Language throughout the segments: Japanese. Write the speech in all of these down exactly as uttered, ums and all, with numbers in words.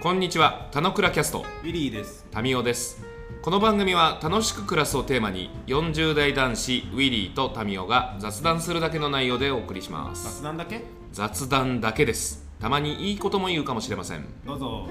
こんにちは、たのくらキャストウィリーです。 タミオです。この番組は楽しく暮らすをテーマによんじゅう代男子ウィリーとタミオが雑談するだけの内容でお送りします。 雑談だけ？ 雑談だけです。たまにいいことも言うかもしれません。 どうぞ。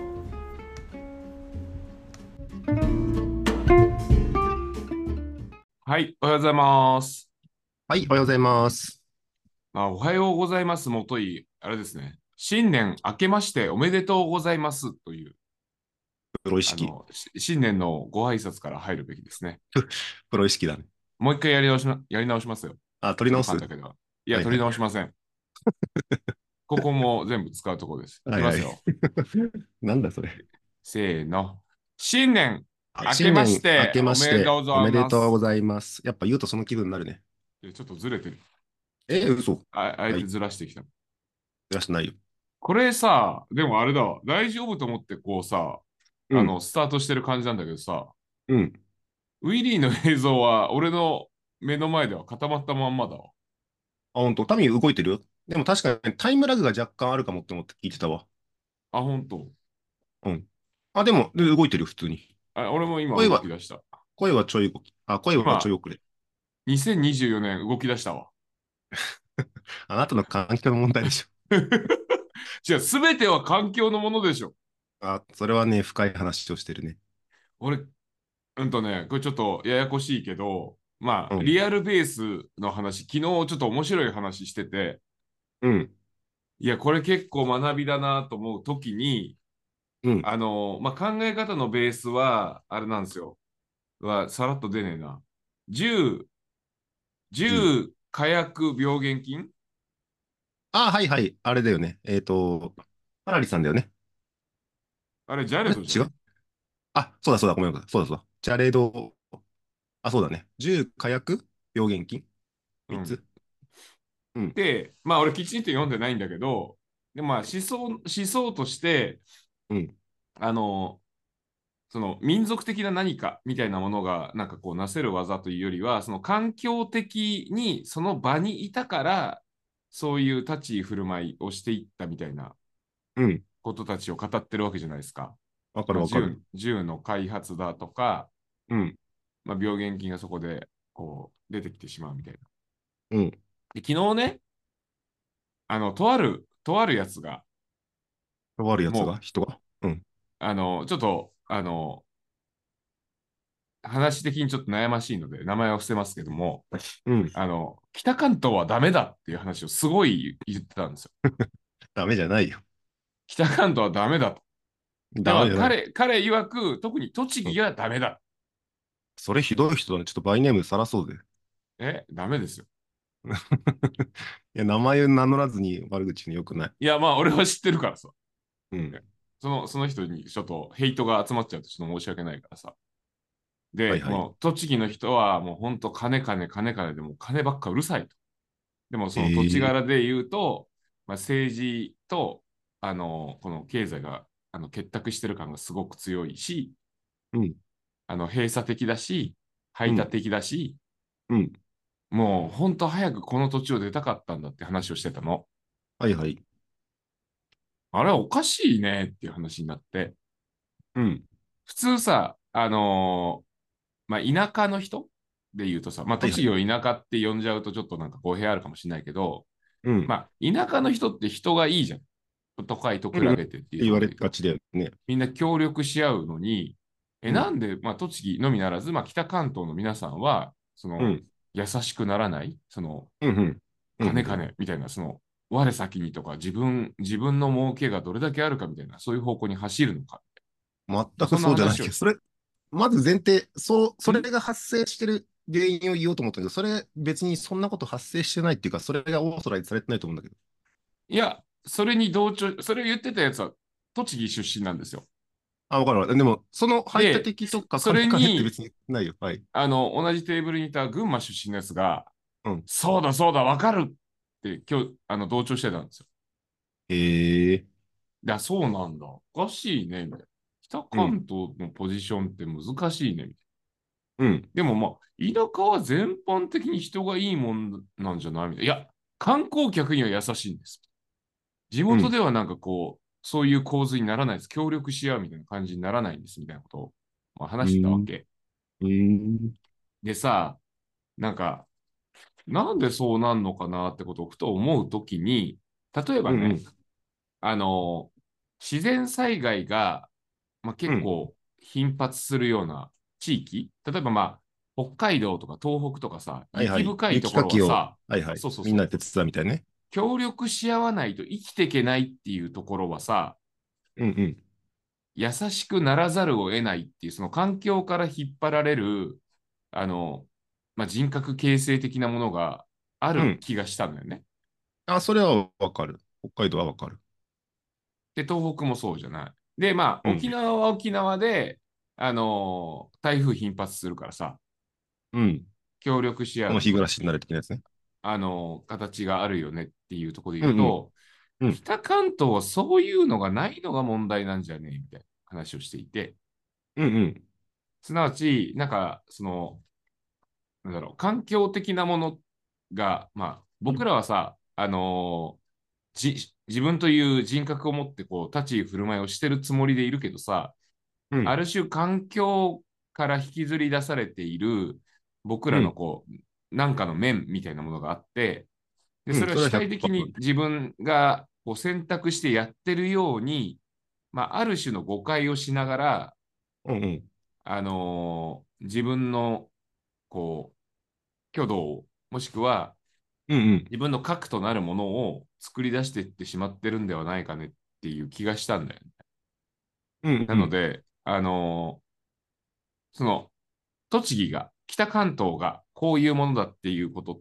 はい、おはようございます。 はい、おはようございます。 あ、おはようございますもとい、あれですね、新年明けましておめでとうございますというプロ意識。 あの新年のご挨拶から入るべきですね。 プロ意識だね。 もう一回やり直し、ま、やり直しますよ。 あ、取り直す。 だけどいや、 はいはい、 取り直しません。ここも全部使うところです。いきますよ。はいはい、 なんだそれ。 せーの。新年明け新年まして明けましおめでとうございます。 おめでとうございます。やっぱ言うとその気分になるね。 ちょっとずれてる。 えー、嘘。 あ、あえてずらしてきた。はい、 ずらしてないよ。 これさ、でもあれだわ。大丈夫と思ってこうさ、 うん、 あの、スタートしてる感じなんだけどさ、 うん。 ウィリーの映像は俺の目の前では固まったまんまだわ。 あ、ほんと。タミ動いてるよ。でも確かにタイムラグが若干あるかもって思って聞いてたわ。 あ、ほんと。 うん。あ、でも、で動いてるよ、普通に。 あ、俺も今声は、 動き出した。 声はちょい動き。あ、声はちょ今、 い遅れ。 にせんにじゅうよねん動き出したわ。 あなたの環境の問題でしょ。 じゃあ、すべては環境のものでしょ。 あ、それはね、深い話をしてるね。 俺、うんとね、これちょっとややこしいけど、まあ、 うん。 リアルベースの話、昨日ちょっと面白い話してて、 うん。 いや、これ結構学びだなと思うときに、 うん。 あの、まあ、考え方のベースは、あれなんですよ。は、さらっと出ねえな。銃、 じゅう。 銃、火薬、病原菌。 あ、はいはい。あれだよね。えっと、パラリさんだよね。 あれ、ジャレあれ違う。 ドじゃない？ あ、そうだそうだ、ごめんなさい。そうだそうだ。ジャレード、あ、そうだね。銃、火薬、病原菌う ?みっん。 つ。うん、 で、まあ、俺きちんと読んでないんだけど、で、まあ、思想、思想として、 うん、 あの、その民族的な何かみたいなものがなんかこうなせる技というよりは、その環境的にその場にいたからそういう立ち居振る舞いをしていったみたいなうん。 ことたちを語ってるわけじゃないですか。 わかまあ、 るわかる。 銃、銃の開発だとか、 うん、 まあ、病原菌がそこでこう出てきてしまうみたいな。 うん。 で、昨日ね、あの、とある、とあるやつが、 悪いやつもう、 が、人が。うん、 あの、ちょっと、あの、話的にちょっと悩ましいので、名前は伏せますけども、 うん。 あの、北関東はダメだっていう話をすごい言ってたんですよ。 ダメじゃないよ。 北関東はダメだと。では、 ダメじゃない。 彼、彼曰く、特に栃うん。 木がダメだ。 それひどい人だね。ちょっとバイネームさらそうぜ。 え、ダメですよ。 いや、名前名乗らずに悪口によくない。 いや、まあ、俺は知ってるからさ。 うん。 その、その人にちょっとヘイトが集まっちゃうとちょっと申し訳ないからさ。で、 はいはい。 もう、栃木の人はもう本当金金金金でもう金ばっかうるさいと。でも、その土地ええ、 柄で言うと、まあ、政治と、あの、この経済が、あの、結託してる感がすごく強いし、 うん、 あの、閉鎖的だし、排他うん、 的だし、 うん。 もう本当早くこの土地を出たかったんだって話をしてたの。 はいはい。 あれはおかしいねっていう話になって、 うん。 普通さ、あのーまあ、田舎の人で言うとさ、まあ、栃木はいはい。 を田舎って呼んじゃうとちょっとなんか語弊あるかもしれないけど、 うん。 まあ、田舎の人って人がいいじゃん。都会と比うん。うん。ってべてっていうと言わころで言うと。 れがちだよね。 みんな協力し合うのに、え、 うん。 なんで、まあ、栃木のみならず、まあ、北関東の皆さんは、その、 うん。 優しくならない、その、 うん。うん。うん。う金ん。 金みたいな、その、我先にとか、自分、自分の儲けがどれだけあるかみたいな、そういう方向に走るのか。 全くそんな話を、 そうじゃないけど、それ、まず前提、そう、それんが発生してる原因を言おうと思ったけど、それ別にそんなこと発生してないっていうか、それがオーソライズされてないと思うんだけど。 いや、それに同調、それを言ってたやつは、栃木出身なんですよ。 あ、わかるわかる。でも、その排他で、 的とかそ金れに、 金って別にないよ。はい。 あの、同じテーブルにいた群馬出身のやつが、 うん。 そうだそうだ、わかるって今日、あの、同調してたんですよ。 へえ。 いや、そうなんだ。おかしいね、みたいな。北うん。 関東のポジションって難しいね、みたいな。 うん。 でもまあ、田舎は全般的に人がいいもんなんじゃないみたいな。いや、観光客には優しいんです。地うん。 元ではなんかこう、 そういう構図にならないです。協力し合うみたいな感じにならないんですみたいなことを、まあ、話してたわうん。 け。 うん。 でさ、なんか、なんでそうなんのかなってことをふと思うときに、例えばね、 うん。 あの、自然災害が、まあ、 うん。 結構頻発するような地域、例えばまあ、北海道とか東北とかさ、雪はいはい。雪深いとこかきを、 ろはさ、 はいはい。 そうそうそう、 みんなで手伝うみたいね。 協力し合わないと生きていけないっていうところはさ、 うんうん。 優しくならざるを得ないっていう、その環境から引っ張られる、あの、まあ、人格形成的なものがあうん。 る気がしたんだよね。 あ、それはわかる。北海道はわかる。 で、東北もそうじゃない。で、まあ、 うん。 沖縄は沖縄で、あのー台風頻発するからさ、 うん。 協力し合このう、 日暮らしになる的なやつね。 あのー形があるよねっていうところでうんうん。 言うと、 うん。 北関東はそういうのがないのが問題なんじゃねえみたいな話をしていて、 うんうん。 すなわち、なんか、その、なんだろう、環境的なものが、まあ、僕うん。 らはさ、あのーじ、自分という人格を持って、こう、立ち居振る舞いをしてるつもりでいるけどさ、 うん。 ある種環境から引きずり出されている僕らのうん。 こう、なんかの面みたいなものがあって、で、 うん。それはそれは主体的にひゃくパーセント。 自分がこう選択してやってるように、まあ、ある種の誤解をしながら、 うんうん。 あのー自分のこう、挙動を、もしくはうんうん。 自分の核となるものを作り出していってしまってるんではないかねっていう気がしたんだよね。 うんうん。 なので、あのーその、栃木が、北関東がこういうものだっていうことって、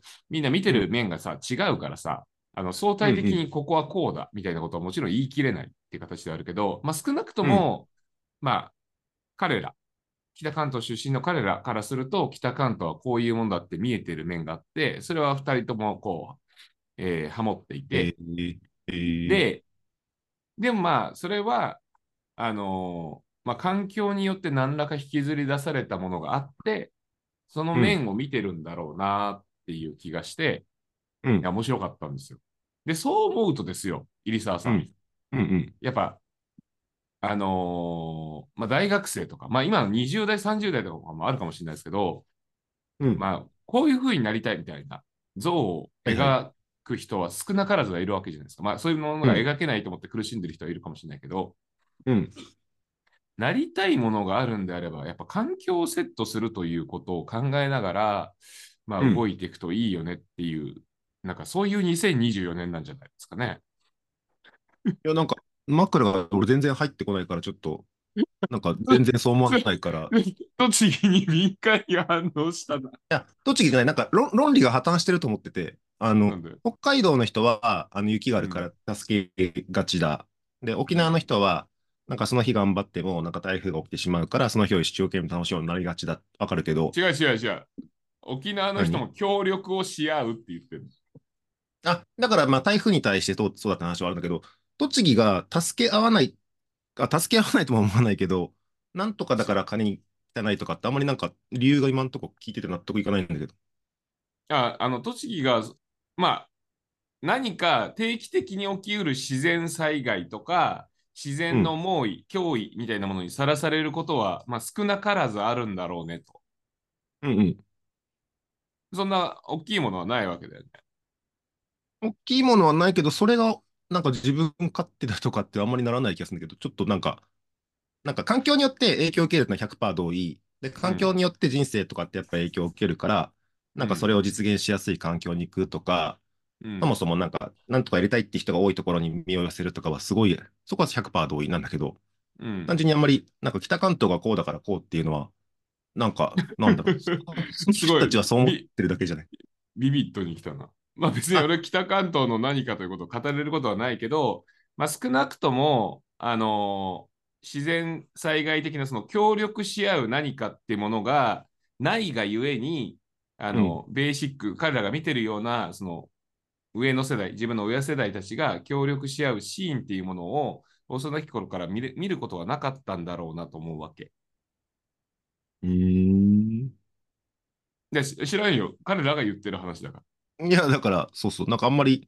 みんな見てうんる面がさ、違うからさ、あの相対的うんにここはこうだみたいなことはもちろん言い切れないっていう形ではあるけど、まあ、少なくとうん。 も、まあ、彼ら、北関東出身の彼らからすると、北関東はこういうものだって見えてる面があって、それはふたりともこう、えー、ハモっていて、 えー、えー、 で、でもまあ、それは、あのーまあ、環境によって何らか引きずり出されたものがあって、そのうん。 面を見てるんだろうなっていう気がして、いや、 うん。 面白かったんですよ。で、そう思うとですよ、入澤さん。 うん。うん。うん。 やっぱ、あのーまあ、大学生とか、まあ、今のにじゅう代、さんじゅう代とかもあるかもしれないですけど、 うん。 まあ、こういう風になりたいみたいな像をはいはい。 描く人は少なからずはいるわけじゃないですか。まあ、そういうものうん。 が描けないと思って苦しんでる人はいるかもしれないけど、 うん。 なりたいものがあるんであれば、やっぱ環境をセットするということを考えながら、まあ、 うん。 動いていくといいよねっていう、なんかそういうにせんにじゅうよねんなんじゃないですかね。 いや、なんか、枕が俺全然入ってこないから、ちょっと、なんか全然そう思わないから、 栃木に敏感に反応したな。 いや、栃木じゃない、なんか論、論理が破綻してると思ってて、あの、 なんで、 北海道の人は、あの、雪があうん、 るから助けがちだ。で、沖縄のうん。 人は、なんかその日頑張っても、なんか台風が起きてしまうから、その日を一生懸命楽しようになりがちだ。わかるけど、 違う違う違う。沖縄の人何も協力をし合うって言ってる。 あ、だからまあ台風に対してそう、そうだって話はあるんだけど、栃木が助け合わない、あ、助け合わないとも思わないけど、なんとかだから金に汚いとかってあんまりなんか理由が今のとこ聞いてて納得いかないんだけど。 あ、あの、栃木が、まあ、何か定期的に起きうる自然災害とか、自然のうん、 猛威、脅威みたいなものにさらされることは、まあ、少なからずあるんだろうねと。 うん、うん。 そんな大きいものはないわけだよね。 大きいものはないけど、それがなんか自分勝手だとかってあんまりならない気がするんだけど、ちょっとなんか、なんか環境によって影響を受けるのはひゃくパーセント同意。で、環境うん、 によって人生とかってやっぱ影響を受けるから、なんかそれうん、 を実現しやすい環境に行くとか、 うん、 そもそもなんか、なんとかやりたいって人が多いところに身を寄せるとかはすごい、そこはひゃくパーセント同意なんだけど、 うん。 単純にあんまり、なんか北関東がこうだからこうっていうのは、なんか、なんだろう、そそのすごい人たちはそう思っビ、 てるだけじゃない。 ビビットに来たな。まあ別にあ、 俺北関東の何かということを語れることはないけど、まあ少なくとも、あのー自然災害的なその協力し合う何かっていうものがないがゆえに、あうん。 の、ベーシック、彼らが見てるような、その上の世代、自分の親世代たちが協力し合うシーンっていうものを幼き頃から見る見ることはなかったんだろうなと思うわけ。 うーん。 で、知らんよ。彼らが言ってる話だから。 いや、だから、そうそう、なんかあんまり、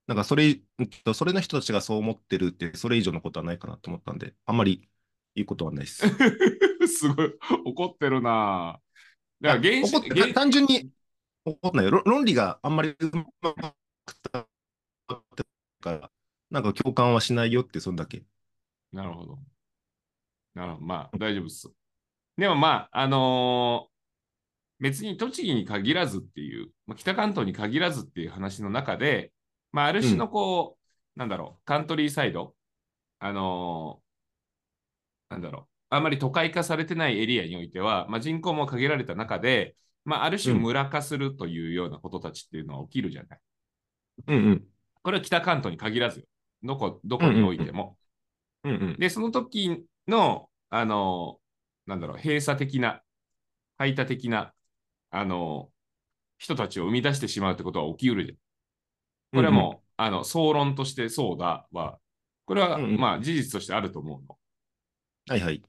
なんかそれ、うんとそれの人たちがそう思ってるって、それ以上のことはないかなと思ったんで、あんまりいいことはないです。 すごい怒ってるな。 いや、 だから原子、 怒って、た原、 単純に怒ってないよ。論論理があんまりうまくってから、なんか共感はしないよって、そんだけ。 なるほど。なるほど。まあ、大丈夫です。でもまあ、あのー別に栃木に限らずっていう、まあ、北関東に限らずっていう話の中で、まあ、ある種のうん、 こう、なんだろう、カントリーサイド、あのーなんだろう、あんまり都会化されてないエリアにおいては、まあ、人口も限られた中で、まあ、ある種うん、 村化するというようなことたちっていうのは起きるじゃない。 うん、うん、 これは北関東に限らずよ。どこ、どうん、 こにうん、 おいても。 うん、うん、 で、その時の、あのーなんだろう、閉鎖的な、排他的な、あのー人たちを生み出してしまうってことは起きうるじゃん。 うん、うん、 これはもう、あの、総論としてそうだは、これは、 うん、うん、 まあ、事実としてあると思うの。 はいはい。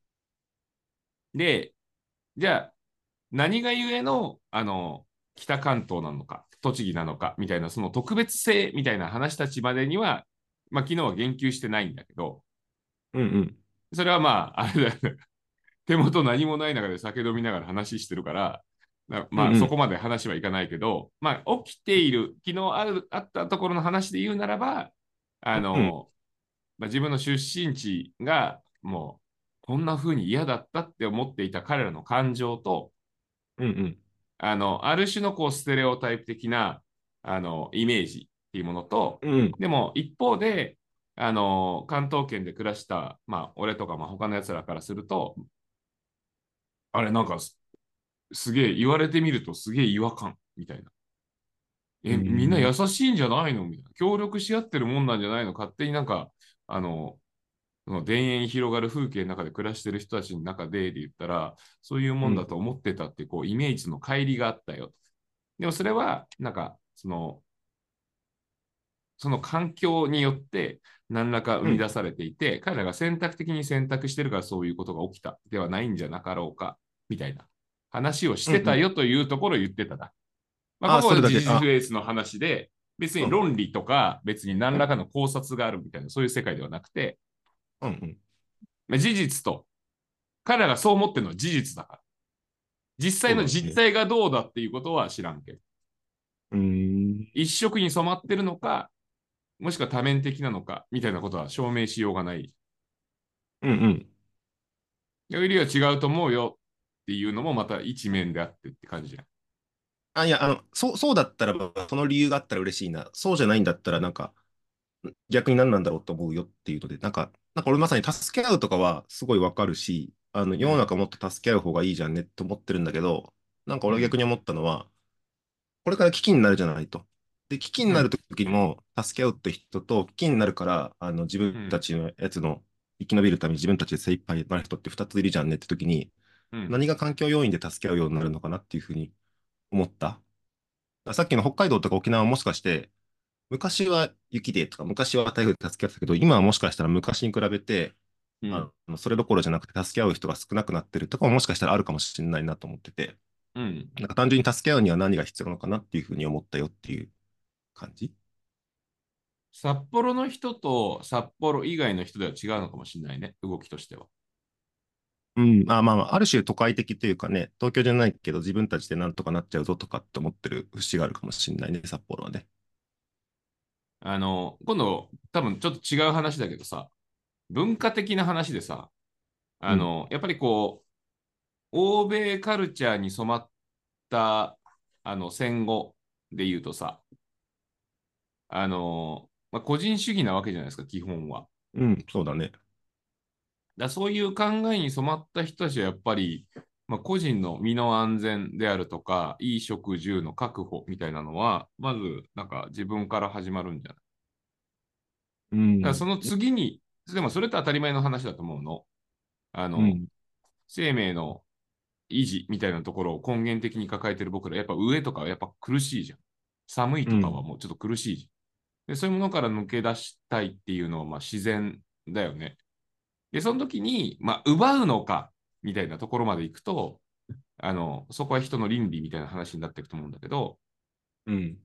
で、じゃあ、何がゆえの、あの、北関東なのか、栃木なのか、みたいな、その特別性みたいな話たちまでには、まあ、昨日は言及してないんだけど、 うん、うん、 それはまあ、あれだよね。手元何もない中で酒飲みながら話してるから、 うん、 まあ、 うん、 そこまで話はいかないけど、まあ、起きている、昨日あるあったところの話で言うならば、あうん、 の、まあ、自分の出身地がもうこんな風に嫌だったって思っていた彼らの感情と、 うん、うん、 あの、ある種のこうステレオタイプ的なあのイメージっていうものと、 うん、 でも一方で、あの、関東圏で暮らした、まあ、俺とか、まあ、他の奴らからすると、あれ、なんかす、すげえ、言われてみるとすげえ違和感みたいな。 うえ、みんな優ん、 しいんじゃないのみたいな。協力し合ってるもんなんじゃないの勝手になんか、あの、その田園広がる風景の中で暮らしてる人たちの中でで言ったら、そういうもんだうん、 と思ってたってこうイメージの乖離があったよ。でもそれは、なんか、その、その環境によって何らか生うん、 み出されていて、彼らが選択的に選択してるからそういうことが起きたではないんじゃなかろうか、みたいな話をしうん、うん。 てたよというところを言ってたな。まあ、こあ、 こは事それだけ。あ、 実ベースの話で、別にうん、 論理とか、別に何らかの考察があるみたいな、そういう世界ではなくて、 うん、 まあ、事実と、彼らがそう思ってるのは事実だから。実際のそうだね。 実態がどうだっていうことは知らんけど、 うーん、 一色に染まってるのか、もしくは多面的なのか、みたいなことは証明しようがない。 うん、うん。 よりは違うと思うよっていうのもまた一面であってって感じじゃん。 あ、いや、あの、そう、そうだったらば、その理由があったら嬉しいな。そうじゃないんだったら、なんか、逆に何なんだろうと思うよっていうので、なんか、なんか俺まさに助け合うとかはすごいわかるし、あの、世のうん。 中もっと助け合う方がいいじゃんねって思ってるんだけど、なんかうん。 俺が逆に思ったのは、これから危機になるじゃないと。で、危機になるうん。 ときにも、助け合うって人と、危機になるから、あの、自分たうん。 ちのやつの、生き延びるために自分たちで精一杯なる人ってふたついるじゃんねって時に、 うん。 何が環境要因で助け合うようになるのかなっていうふうに思った。さっきの北海道とか沖縄はもしかして、昔は雪でとか、昔は台風で助け合ってたけど、今はもしかしたら昔に比べて、 うん。 あの、それどころじゃなくて助け合う人が少なくなってるとかももしかしたらあるかもしれないなと思ってて、 うん。 なんか単純に助け合うには何が必要なのかなっていうふうに思ったよっていう感じ。 札幌の人と札幌以外の人では違うのかもしれないね、動きとしては。 うん、あ、まあまあ、ある種都会的というかね、東京じゃないけど自分たちでなんとかなっちゃうぞとかって思ってる節があるかもしれないね、札幌はね。 あの、今度、多分ちょっと違う話だけどさ、文化的な話でさ、 うん、 あの、やっぱりこう、欧米カルチャーに染まったあの戦後で言うとさ、あの、まあ、個人主義なわけじゃないですか、基本は。 うん、そうだね。 だそういう考えに染まった人たちはやっぱり、まあ、個人の身の安全であるとか、衣食住の確保みたいなのは、まずなんか自分から始まるんじゃない。 うん、 だからその次に、でもそれって当たり前の話だと思うの。あの、 うん、 生命の維持みたいなところを根源的に抱えてる僕ら、やっぱ上とかはやっぱ苦しいじゃん。寒いとかはうん、 もうちょっと苦しいじゃん。で、そういうものから抜け出したいっていうのはまあ自然だよね。で、その時に、まあ、奪うのかみたいなところまで行くと、あの、そこは人の倫理みたいな話になっていくと思うんだけど、 うん。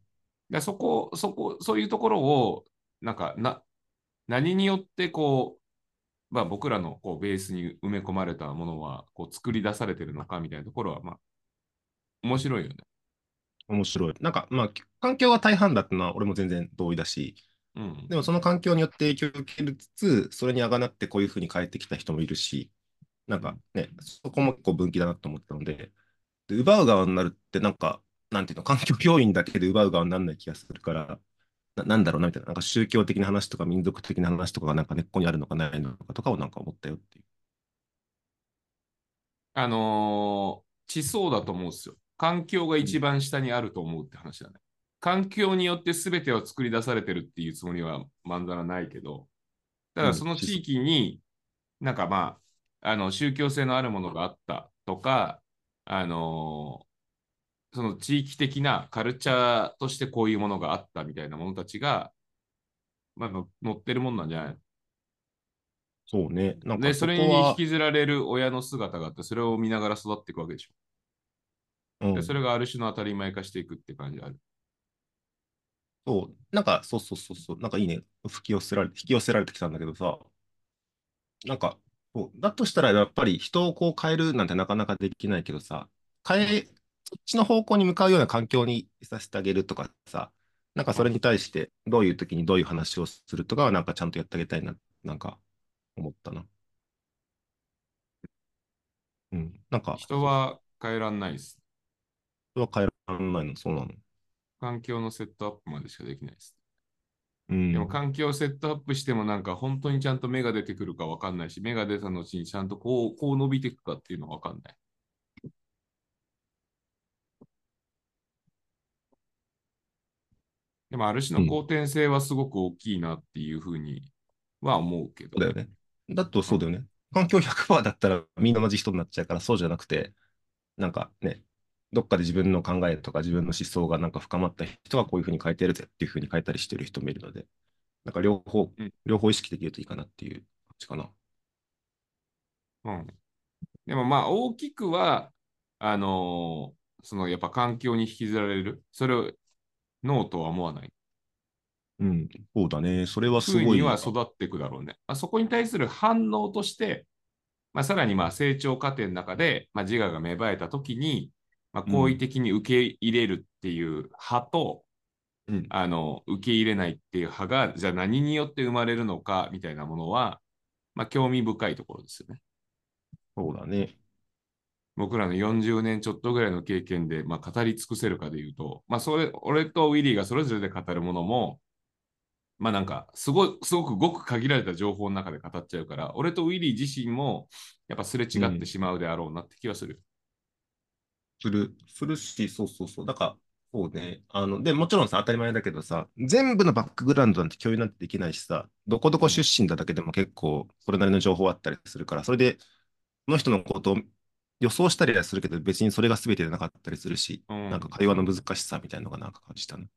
でそこ、そこ、そういうところを、なんか、な、何によってこう、まあ、僕らのこうベースに埋め込まれたものはこう作り出されてるのかみたいなところは、まあ、面白いよね。 面白い。なんか、まあ、環境は大半だってのは俺も全然同意だし、 うん。 でもその環境によって影響を受けるつつ、それにあがなってこういうふうに変えてきた人もいるし、なんかうん。 ね、そこも結構分岐だなと思ったので、で奪う側になるってなんか、なんていうの、環境要因だけで奪う側にならない気がするから、な、なんだろうなみたいな、なんか宗教的な話とか民族的な話とかがなんか根っこにあるのかないのかとかをなんか思ったよっていう。 あのー地層だと思うんですよ。環境がうん、 一番下にあると思うって話だね。環境によって全てを作り出されてるっていうつもりはまんざらないけど、たうん、 だその地思想。 域になんかまあ、あの宗教性のあるものがあったとか、あのーその地域的なカルチャーとしてこういうものがあったみたいなものたちが、まあ、の乗ってるもんなんじゃない？ そうね。なんかで、そそれに引こは、 きずられる親の姿があって、それを見ながら育っていくわけでしょ。で、そうん、 れがある種の当たり前化していくって感じがある。 そう、なんかそうそうそうそう、なんかいいね。吹き寄せられ、引き寄せられてきたんだけどさ、なんか、そうだとしたらやっぱり人をこう変えるなんてなかなかできないけどさ、変うん。 え、そっちの方向に向かうような環境にいさせてあげるとかさ、なんかうん。 それに対してどういう時にどういう話をするとかはなんかちゃんとやってあげたいな、なんか思ったな。うん。なんか、そうそう。 人は変えらんないです。 それは変えられないの、そうなの。 環境のセットアップまでしかできないです。 うん。 でも環境をセットアップしてもなんか本当にちゃんと芽が出てくるかわかんないし、芽が出た後にちゃんとこう、こう伸びていくかっていうのはわかんない。でもある種うん。 の後天性はすごく大きいなっていうふうには思うけどね。 そうだよね。だとうん。 そうだよね。環境ひゃくパーセントだったらみんな同じ人になっちゃうからそうじゃなくて、なんかね、どっかで自分の考えとか自分の思想がなんか深まった人はこういうふうに変えてやるぜっていうふうに変えたりしてる人もいるので、なんか両方、 うん。 両方意識できるといいかなっていう感じかな。 うん。でもまあ大きくは、あのーそのやっぱ環境に引きずられる。それをノーとは思わない。 うん、そうだね。それはす風にはごい、 育っていくだろうね。まあ、そこに対する反応として、まあ、さらにまあ成長過程の中で、まあ、自我が芽生えたときに、まあ、好意うん、 的に受け入れるっていう派と、 うん、 あの受け入れないっていう派が、じゃあ何によって生まれるのかみたいなものは、まあ、興味深いところですよね。 そうだね。 僕らのよんじゅうねんちょっとぐらいの経験で、まあ、語り尽くせるかでいうと、まあ、それ、俺とウィリーがそれぞれで語るものも、まあなんか、すごい、すごくごく限られた情報の中で語っちゃうから、俺とウィリー自身も、やっぱすれ違ってうん。 しまうであろうなって気はする。 する、するし、そうそうそう。だから、そうね。あの、で、もちろんさ、当たり前だけどさ、全部のバックグラウンドなんて共有なんてできないしさ、どこどこうん。 出身だだけでも結構、それなりの情報あったりするから、それで、その人のことを予想したりはするけど、別にそれが全てでなかったりするし、 うん。 なんか会話のうん。 難しさみたいなのがなんか感じたね。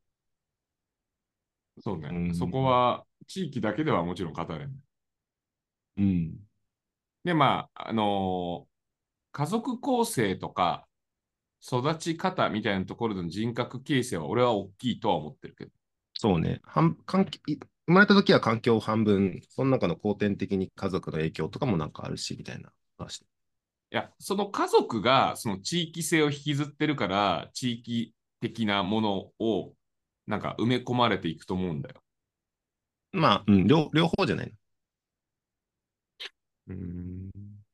うそうね。そこん。 は、地域だけではもちろん語れない。 うん。 で、まあ、あのー家族構成とか、育ち方みたいなところでの人格形成は、俺は大きいとは思ってるけど。 そうね。半環境い生まれた時は環境半分、その中の後天的に家族の影響とかもなんかあるし、みたいな話。 いや、その家族が、その地域性を引きずってるから、地域的なものを、なんか埋め込まれていくと思うんだよ。 まあ、うん、両、両方じゃないの。うん。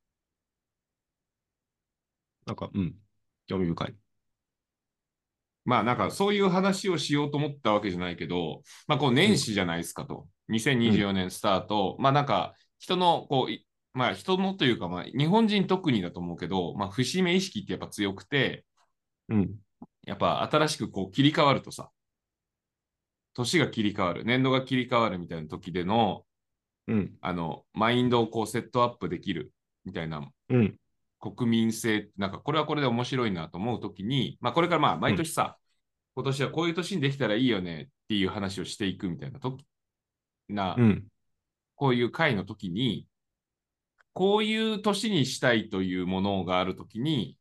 なんか、うん。興味深い。 まあなんかそういう話をしようと思ったわけじゃないけど、まあこううん。 年始じゃないですかと。2024 うん。 年スタート。まあなんか人のこう、まあ人のというかまあ日本人特にだと思うけど、まあ節目意識ってやっぱ強くて、 うん。 やっぱ新しくこう切り替わるとさ、年が切り替わる、年度が切り替わるみたいな時での、 うん。 あの、マインドをこうセットアップできるみたいなうん。 国民性、なんかこれはこれで面白いなと思う時に、まあこれからまあうん。 毎年さ、今年はこういう年にできたらいいよねっていう話をしていくみたいな時な、 うん。 こういう会の時に、こういう年にしたいというものがある時に、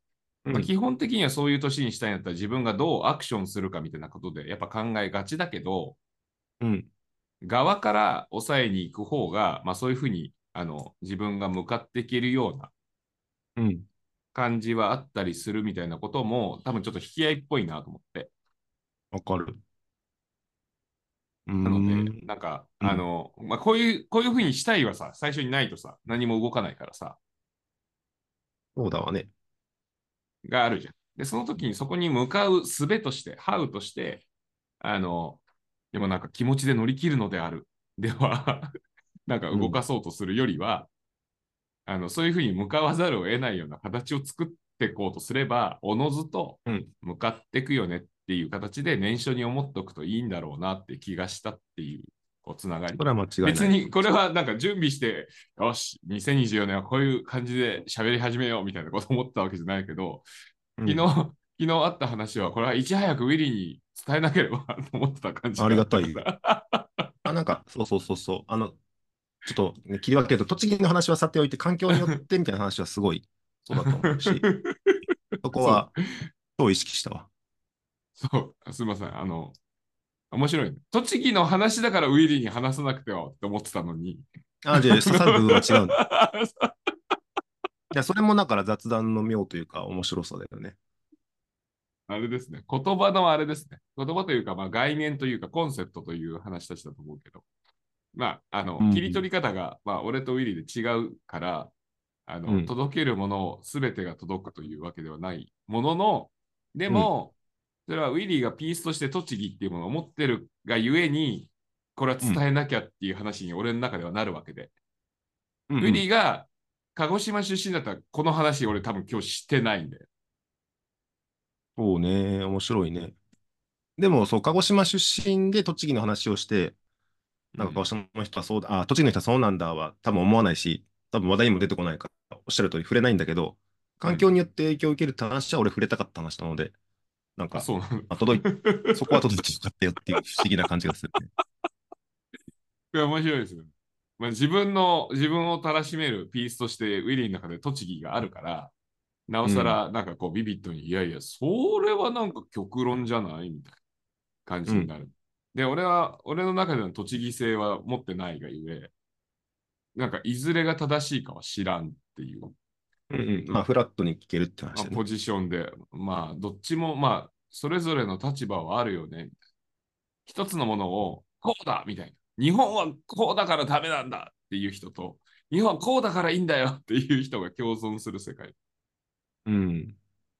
まあ、 うん、 基本的にはそういう年にしたいんだったら自分がどうアクションするかみたいなことでやっぱ考えがちだけど、 うん、 側から抑えに行く方が、まあ、そういうふうにあの自分が向かっていけるようなうん。 感じはあったりするみたいなことも多分ちょっと引き合いっぽいなと思って。 わかる。うーなので、 ん、 なんか、 うん。 あの、まあ、こういう、こういうふうにしたいはさ、最初にないとさ、何も動かないからさ、 そうだわね。 があるじゃん。で、その時にそこに向かう術として、ハウとして、あの、でもなんか気持ちで乗り切るのである。ではなんかうん、 動かそうとするよりは、あの、そういうふうに向かわざるを得ないような形を作っていこうとすれば、おのずとうん。 向かっていくよねっていう形で念書に思っておくといいんだろうなって気がしたっていう、こう、つながり。 それは間違いない。 別にこれはなんか準備して、よし、にせんにじゅうよねんはこういう感じで喋り始めようみたいなこと思ったわけじゃないけど、昨日、 うん。 昨日あった話は、これはいち早くウィリーに伝えなければと思ってた感じありがあっがたい。 たから。 あ、なんか、そうそうそうそう。あの、ちょっと、ね、切り分けると、栃木の話はさておいて、環境によってみたいな話はすごい、そうだと思うし、そこそう、 は、超意識したわ。 そう、すみません。あの、面白いね。栃木の話だからウィリーに話さなくてはって思ってたのに。 あ、じゃあ、刺さる部分は違うんだ。いや、それもだから雑談の妙というか、面白さだよね。 あれですね。言葉のあれですね。言葉というか、まあ、概念というか、コンセプトという話たちだと思うけど、まあ、あの、切り取うん。 り方が、まあ、俺とウィリーで違うから、あの、 うん。 届けるものを全てが届くというわけではないものの、でうん。 も、それはウィリーがピースとして栃木っていうものを持ってるがゆえに、これはうん。 伝えなきゃっていう話に俺の中ではなるわけで。ウィリうん。 ーが鹿児島出身だったら、この話俺多分今日してないんだよ。 そうね。面白いね。でも、そう、鹿児島出身で栃木の話をして、 うん。 なんか鹿児島の人はそうだ、あ、栃木の人はそうなんだは多分思わないし、多分話題にも出てこないから、おっしゃる通り触れないんだけど、環境うん。 によって影響を受けるって話は俺触れたかった話なので、なんあ、 か、 そうなの。 あ、届い、そこは届いてよかったよっていう不思議な感じがするね。 いや、面白いですよね。まあ、自分の、自分をたらしめるピースとしてウィリーの中で栃木があるから、なおうん。 さらなんかこうビビッドに、いやいや、それはなんか極論じゃないみたいな感うん。 じになる。で、俺は、俺の中での栃木性は持ってないがゆえ、なんかいずれが正しいかは知らんっていう、 うんうん。まあ、フラットに聞けるってまあ、 話だね。 ポジションで、まあ、どっちも、まあ、それぞれの立場はあるよね。一つのものを、こうだみたいな。日本はこうだからダメなんだっていう人と、日本はこうだからいいんだよっていう人が共存する世界。 うん。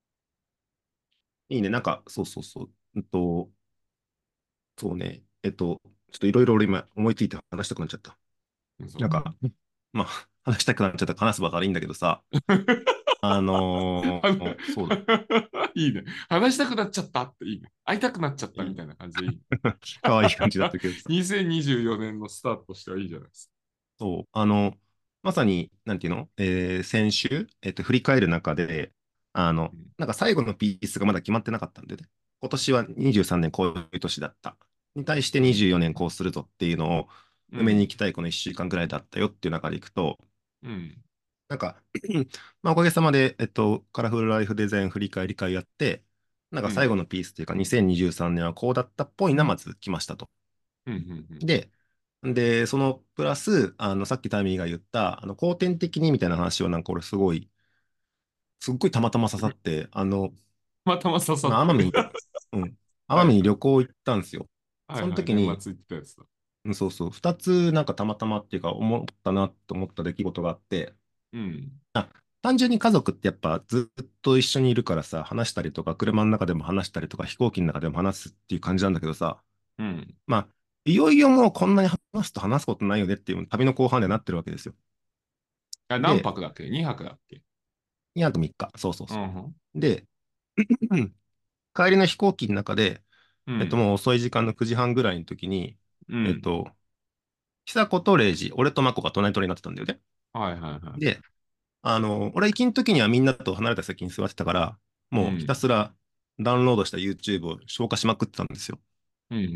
いいね。なんか、そうそうそう。うんと、そうね。えっと、ちょっといろいろ俺今思いついて話したくなっちゃった。 そう。 なんか、まあ、話したくなっちゃったから話すばかりいいんだけどさ、あのーそうだ。 いいね。話したくなっちゃったっていいね。会いたくなっちゃったいいみたいな感じでいいね。 かわいい感じだったけどさ。 にせんにじゅうよねんのスタートとしてはいいじゃないですそう、あの、まさに、なんていうの、えー先週、えっと、振り返る中で、あの、 か。 なんか最後のピースがまだ決まってなかったんでね。今年はにじゅうさんねんこういう年だった。に対してうん。 にじゅうよねんこうするぞっていうのを埋めに行うん。 きたいこのいっしゅうかんぐらいだったよっていう中でいくと、 うん。 なんかまあおかげさまで、えっと、カラフルライフデザイン振り返り会やって、なんか最後うん。 のピースっていうかにせんにじゅうさんねんはこうだったっぽいな、まず来ましたと。 うん。うん。 で、で、そのプラス、あの、さっきタミーが言った、あの、後天的にみたいな話をなんか俺すごい、すっごいたまたま刺さって、あの、 またま刺さまあ、 ってる。 奄美に、うん、奄美にはいはい。 旅行行ったんですよ。そのはいはい。 時に、 年末言ってたやつだ。 うんそうそう、二つなんかたまたまっていうか思ったなと思った出来事があって、 うん。 あ、単純に家族ってやっぱずっと一緒にいるからさ、話したりとか、車の中でも話したりとか、飛行機の中でも話すっていう感じなんだけどさ、 うん。 まあ、いよいよもうこんなに話すと話すことないよねっていう旅の後半ではなってるわけですよ。 あ、何で、 泊だっけ？ に 泊だっけ？ にはくみっか。そうそうそうん。 う。で、帰りの飛行機の中で、えっと、 うん。 もう遅い時間のくじはんぐらいの時に、 うん。 えっと、久子とレイジ、俺とマコが隣になってたんだよね。 はいはいはい。 で、あの、俺行きの時にはみんなと離れた席に座ってたから、もうひたうん。 すらダウンロードした YouTube を消化しまくってたんですよ。 うん。うん。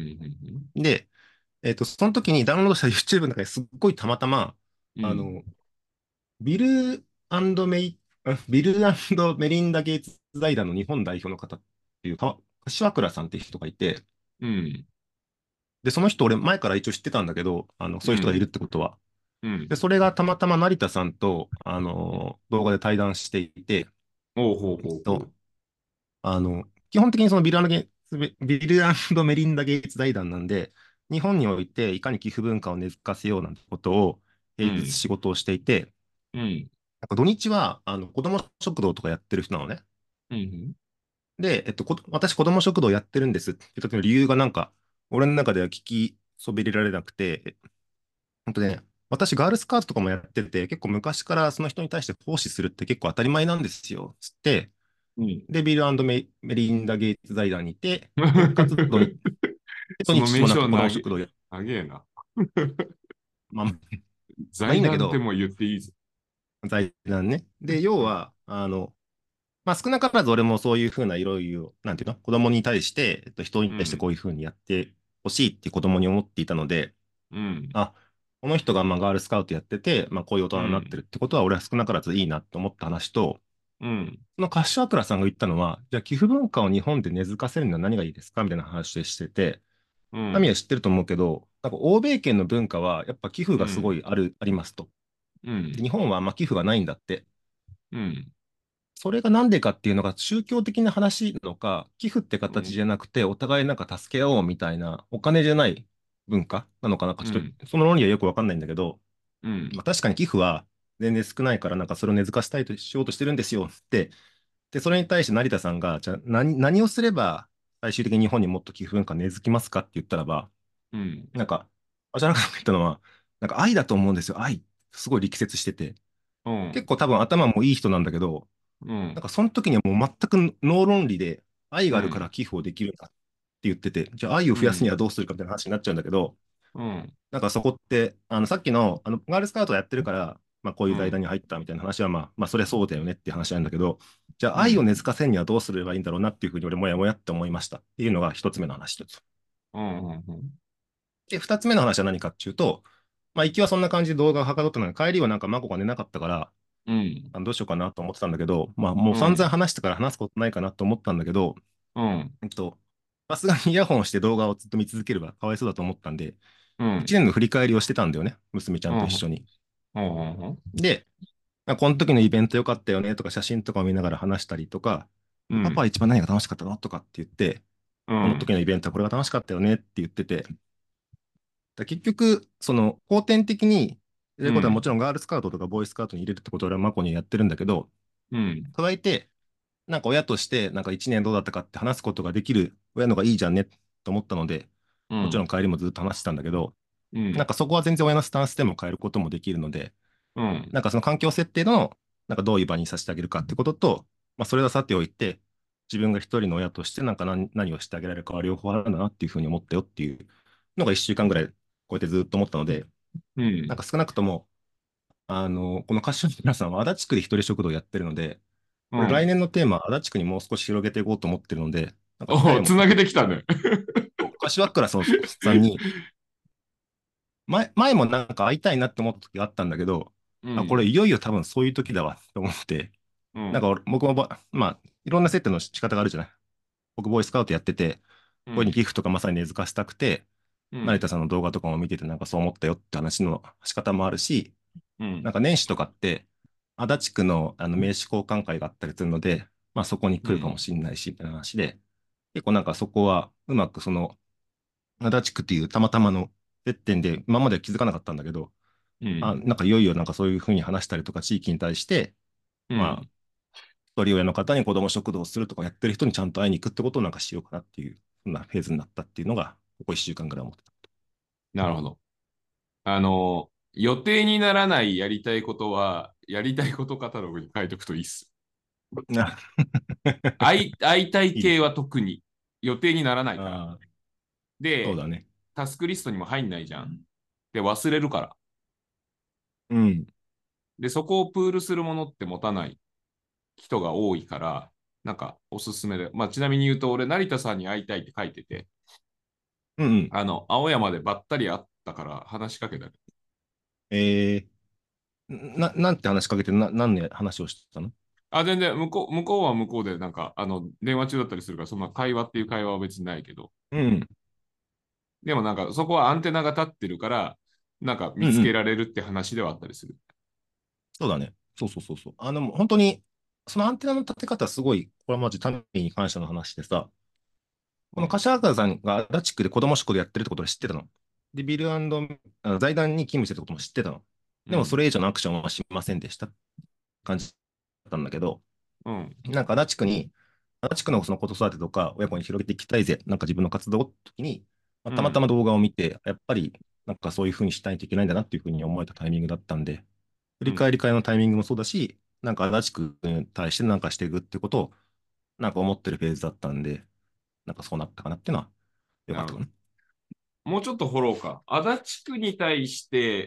で、えっと、その時にダウンロードした YouTube の中ですっごいたまたま、 うん。 あの、ビルメイビルメリンダ・ゲイツ財団の日本代表の方っていう、か柏倉さんっていう人がいて、 うん。 で、その人俺前から一応知ってたんだけど、あの、そういう人がいるっうん。 てことは。で、 うん。 それがたまたま成田さんと、あのー動画で対談していて、 おうほうほうほと、あの、基本的にそのビルゲビルメリンダ・ゲイツ財団なんで、日本においていかに寄付文化を根付かせようなんてことを、 う。う平日ん。 仕事をしていて、 うん。 なんか土日は、あの、子供食堂とかやってる人なのね。 うん。 で、えっと、こ私、子供食堂やってるんですって言った時の理由がなんか、俺の中では聞きそびれられなくて、本当ね、私、ガールスカートとかもやってて、結構昔からその人に対して奉仕するって結構当たり前なんですよ。つって、 うん。 で、ビルメ、メリンダ・ゲイツ財団にいて、で、活動に、で土その名日もなんか子供称なげ、 食堂や、 なげえな。 まあ、まあいいんだけど、 財団っても言っていいぞ。 財団ね。で、要うん。 は、あの、まあ少なからず俺もそういうふうないろいろ、なんていうの、子供に対して、えっと、人に対してこうん。 ういうふうにやってほしいって子供に思っていたので、 うん。 あ、この人がまあガールスカウトやってて、まあこういう大人になってうん。 るってことは俺は少なからずいいなと思った話と、 うん。 その柏倉さんが言ったのは、じゃあ寄付文化を日本で根付かせるには何がいいですかみたいな話でしてて、タミうん。 は知ってると思うけど、なんか欧米圏の文化はやっぱ寄付がすごうん。 いある、ありますと。で、 うん。 日本はあんま寄付がないんだって。 うん。 それがなんでかっていうのが宗教的な話なのか、寄付ってうん。 形じゃなくて、お互いなんか助け合おうみたいな、お金じゃない文化なのかなんかちょっうん。 と、その論理はよくわかんないんだけど、 うん。 まあ、確かに寄付は全然少ないから、なんかそれを根付かせたいとしようとしてるんですよって、で、それに対して成田さんが、じゃあ何、何をすれば最終的に日本にもっと寄付文化根付きますかって言ったらば、 うん。 なんか、あじゃなく言ったのは、なんか愛だと思うんですよ。愛。すごい力説してて。 うん。 結構多分頭もいい人なんだけど、 うん。 なんかその時にはもう全くノー論理で、愛があるからうん。 寄付をできるんだって言ってて、じゃあ愛を増やすにはどうするかみたいな話になっちゃうんだけど、 うん。 なんかそこって、あのさっきのあのガールスカウトやってるから、まあ、こういう財団うん。 に入ったみたいな話は、まあ、まあ、それはそうだよねっていう話なんだけど、じゃあ愛をうん。 根付かせるにはどうすればいいんだろうなっていうふうに俺もやもやって思いましたっていうのが一つ目の話一つ。 うん。 で、二つ目の話は何かっていうと、まあ、行きはそんな感じで動画をはかどったのに、帰りはなんかマコが寝なかったから、 うん。 あどうしようかなと思ってたんだけど、まあ、もう散々 うん。 話したから話すことないかなと思ったんだけど、 うん。 えっと、さすがにイヤホンをして動画をずっと見続ければかわいそうだと思ったんで、 うん。 一年の振り返りをしてたんだよね、娘ちゃんと一緒に。 うん。 で、まあこの時のイベント良かったよねとか写真とかを見ながら話したりとか、 うん。 パパは一番何が楽しかったのとかって言って、このうん。 時のイベントはこれが楽しかったよねって言ってて、だ結局、その後天的に入れることはもうん。 ちろんガールスカウトとかボーイスカウトに入れるってことは俺はマコにやってるんだけど、 うん。 加えて、なんか親としてなんか一年どうだったかって話すことができる親のがいいじゃんねと思ったので、もちろんうん。 帰りもずっと話してたんだけど、 うん。 なんかそこは全然親のスタンスでも変えることもできるので、 うん。 なんかその環境設定の、なんかどういう場にさせてあげるかってことと、まあ、それはさておいて、自分が一人の親としてなんか何、何をしてあげられるかは両方あるんだなっていうふうに思ったよっていうのが一週間ぐらいこうやってずっと思ったので、 うん。 なんか少なくとも、あの、この柏木村さんは足立区で一人食堂をやってるので、これ来うん。 年のテーマ、足立区にもう少し広げていこうと思ってるので、なんか機おお、 会を持って、 つなげてきたね。 柏倉さんさんに、前、前もなんか会いたいなって思った時があったんだけど、あ、これうん。 いよいよ多分そういう時だわと思って、なんかうん。 俺僕もば、まあ、いろんな設定の仕方があるじゃない。僕、ボーイスカウトやってて、こういうにうん。 寄付とかまさに根付かせたくて、 うん。 成田さんの動画とかも見ててなんかそう思ったよって話の仕方もあるし、 うん。 なんか年始とかって、足立区の、あの名刺交換会があったりするので、まあそこに来るかもうん。 しれないし、みたいな話で、結構なんかそこはうまくその、足立区っていうたまたまの接点で、今までは気づかなかったんだけど、あ、 うん。 なんかいよいよなんかそういうふうに話したりとか、地域に対して、まあ、 うん。 一人親の方に子ども食堂をするとかやってる人にちゃんと会いに行くってことをなんかしようかなっていう、そんなフェーズになったっていうのが、ここいっしゅうかんぐらい思ってた。 なるほど。あの、予定にならないやりたいことは、やりたいことカタログに書いとくといいっす。 あ会い、会いたいいいです。 系は特に予定にならないから。 ああ、そうで、 だね。 タスクリストにも入んないじゃん。で、忘れるから。 うん。 で、そこをプールするものって持たない人が多いから、なんかおすすめで。まあ、ちなみに言うと、俺、成田さんに会いたいって書いてて、 うんうん。 あの、青山でばったり会ったから話しかけた。 えー、な、なんて話しかけて、な、何の話をしてたの？ あ、全然、向こう、向こうは向こうで、なんか、あの、電話中だったりするから、そんな会話っていう会話は別にないけど、 うん。 でもなんか、そこはアンテナが立ってるから、なんか見つうんうん。 けられるって話ではあったりする。 そうだね。そうそうそうそう。あの、本当に、そのアンテナの立て方すごい、これはマジタミに関しての話でさ、このうん。 柏原さんが足立区で子供食堂やってるってことを知ってたの。で、ビルあの財団に勤務してるってことも知ってたの。でもそうん。 れ以上のアクションはしませんでした感じだったんだけど、 うん。 なんか足立区に、足立区のその子育てとか親子に広げていきたいぜ、なんか自分の活動の時に、まあ、たまたまうん。 動画を見て、やっぱりなんかそういうふうにしたいといけないんだなっていうふうに思えたタイミングだったんで、振うん。 り返り会のタイミングもそうだし、なんか足立区に対してなんかしていくってことを、なんか思ってるフェーズだったんで、なんかそうなったかなっていうのはよかなるほど。 ったかな。 もうちょっと掘ろうか。足立区に対して、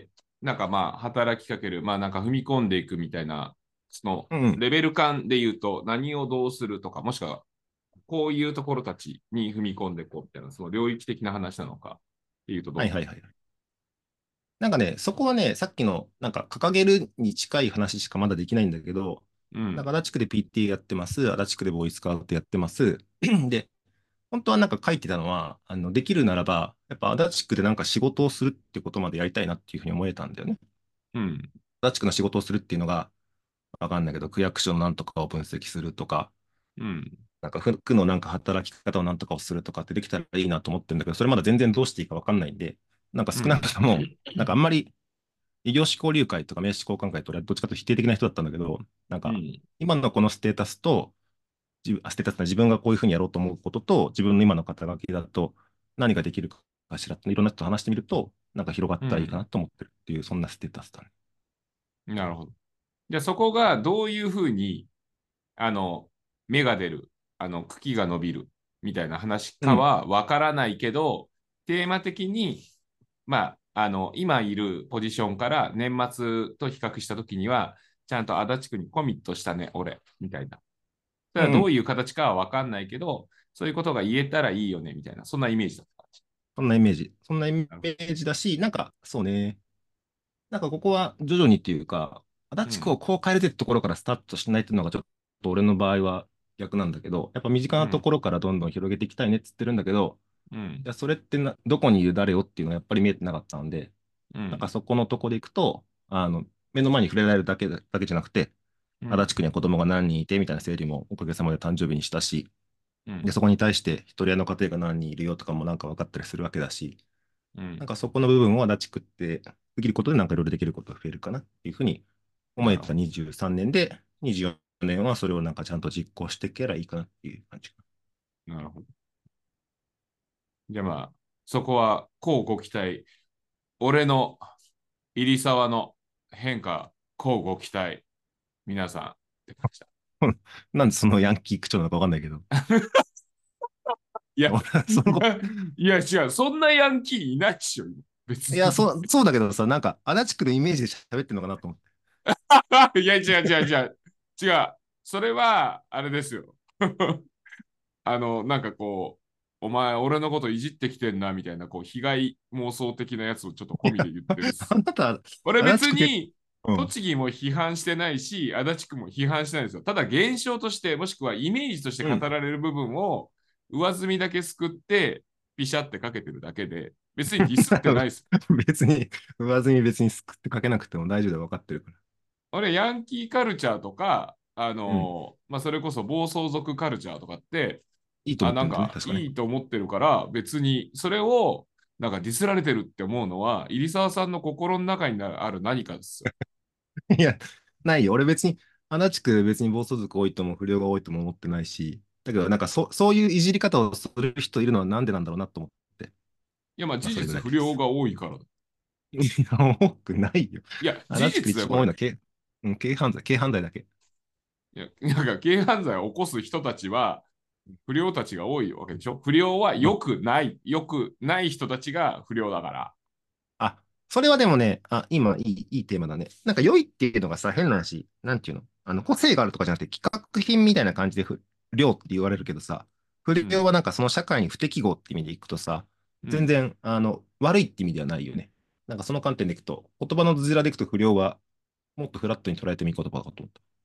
なんかまあ、働きかける、まあなんか踏み込んでいくみたいな、そのうんうん。 レベル感で言うと、何をどうするとか、もしくはこういうところたちに踏み込んでいこうみたいな、その領域的な話なのかっていうとどうなの？ はいはいはい。なんかね、そこはね、さっきの、なんか掲げるに近い話しかまだできないんだけど、 うん。 なんか足立区で ピーティー やってます、足立区でボーイスカウトやってます。で、本当はなんか書いてたのは、あの、できるならば、やっぱ足立区でなんか仕事をするってことまでやりたいなっていうふうに思えたんだよね。 うん。 足立区の仕事をするっていうのが、わかんないけど、区役所のなんとかを分析するとか、 うん。 なんか区のなんか働き方をなんとかをするとかってできたらいいなと思ってるんだけど、それまだ全然どうしていいかわかんないんで、なんか少なうん。 くとも、なんかあんまり異業種交流会とか名刺交換会と俺はどっちかというと否定的な人だったんだけど、なんか、 うん。 今のこのステータスと、自ステータスな自分がこういうふうにやろうと思うことと、自分の今の肩書きだと何ができるかしらって、いろんな人と話してみると、なんか広がったらいいかうん。 なと思ってるっていう、そんなステータスだね。 なるほど。じゃあそこがどういうふうに、あの、芽が出る、あの、茎が伸びるみたいな話かうん。 はわからないけど、テーマ的に、まあ、あの、今いるポジションから年末と比較したときには、ちゃんと足立区にコミットしたね、俺、みたいな。ただうんうん。 どういう形かはわかんないけど、そういうことが言えたらいいよね、みたいな、そんなイメージだった感じ。 そんなイメージ。そんなイメなるほージだし、なんか、そうね。なんかここは徐々にっていうか、足ど。うん。 立区をこう変えるってところからスタートしないっていうのがちょっと俺の場合は逆なんだけど、やっぱ身近うん。 なところからどんどん広げていきたいねって言ってるんだけど、 うん。 いや、それってな、どこにいる誰をっていうのはやっぱり見えてなかったんで、 うん。 なんかそこのとこでいくと、あの、目の前に触れられるだけだけじゃなくて、足立うん。 区には子供が何人いてみたいな整理もおかげさまで誕生日にしたし、で、 うん。 そこに対して一人親の家庭が何人いるよとかもなんか分かったりするわけだし、 うん。 なんかそこの部分を足立区って区切ることでなんかいろいろできることが増えるかなっていうふうに思えたなるほど。 にじゅうさんねんで、にじゅうよねんはそれをなんかちゃんと実行していけばいいかなっていう感じかなるほど。じゃあまあ、そこは、こうご期待。俺の入沢の変化、こうご期待。皆さんって感じだ。 な。なんでそのヤンキー口調なのか分かんないけど、 いや、 俺はその、 いや、違う。そんなヤンキーいないっしょ、今別いや、 に。 そう、そうだけどさ、なんか足立区のイメージで喋ってるのかなと思って。 いや、違う違う違う。違う。それは、あれですよ。あの、なんかこう、お前、俺のこといじってきてんな、みたいな、こう、被害妄想的なやつをちょっと込みで言ってるっす。 あなた、 俺足立区結別に、 構、うん。 栃木も批判してないし、足立区も批判してないですよ。ただ現象として、もしくはイメージとして語うん。 られる部分を上積みだけすくって、ピシャってかけてるだけで、別にディスってないです。 別に、上積み別にすくってかけなくても大丈夫で分かってるから。 俺、ヤンキーカルチャーとか、あうん。 のまあ、それこそ暴走族カルチャーとかって、 いいとあ、 思ってるんだね、 なんか確かね。 いいと思ってるから、別にそれをなんかディスられてるって思うのは、入澤さんの心の中にある何かですよ。 いや、ないよ。俺別に、足立区別に暴走族多いとも不良が多いとも思ってないし、だけどなんかそ、そういういじり方をする人いるのはなんでなんだろうなと思って。 いや、まあまあ、それぐ事実らいです。 不良が多いから。 いや、多くないよ。 いや、事足立区実だよ、これ。 一番多いのは軽、うん、軽犯罪、軽犯罪だけ。 いや、なんか軽犯罪を起こす人たちは、不良たちが多いわけでしょ。不良はうん。 良くない、良くない人たちが不良だから。 あ、それはでもね、あ、今いい、いいテーマだね。なんか良いっていうのがさ、変な話、なんていうのあの、個性があるとかじゃなくて、企画品みたいな感じで不良って言われるけどさ、不良うん。 はなんかその社会に不適合って意味でいくとさ、 うん。 全然、あの、悪いって意味ではないよね。なんかその観点でいくと、言葉のずらでいくと不良はもっとフラットに捉えてもいい言葉だと思った。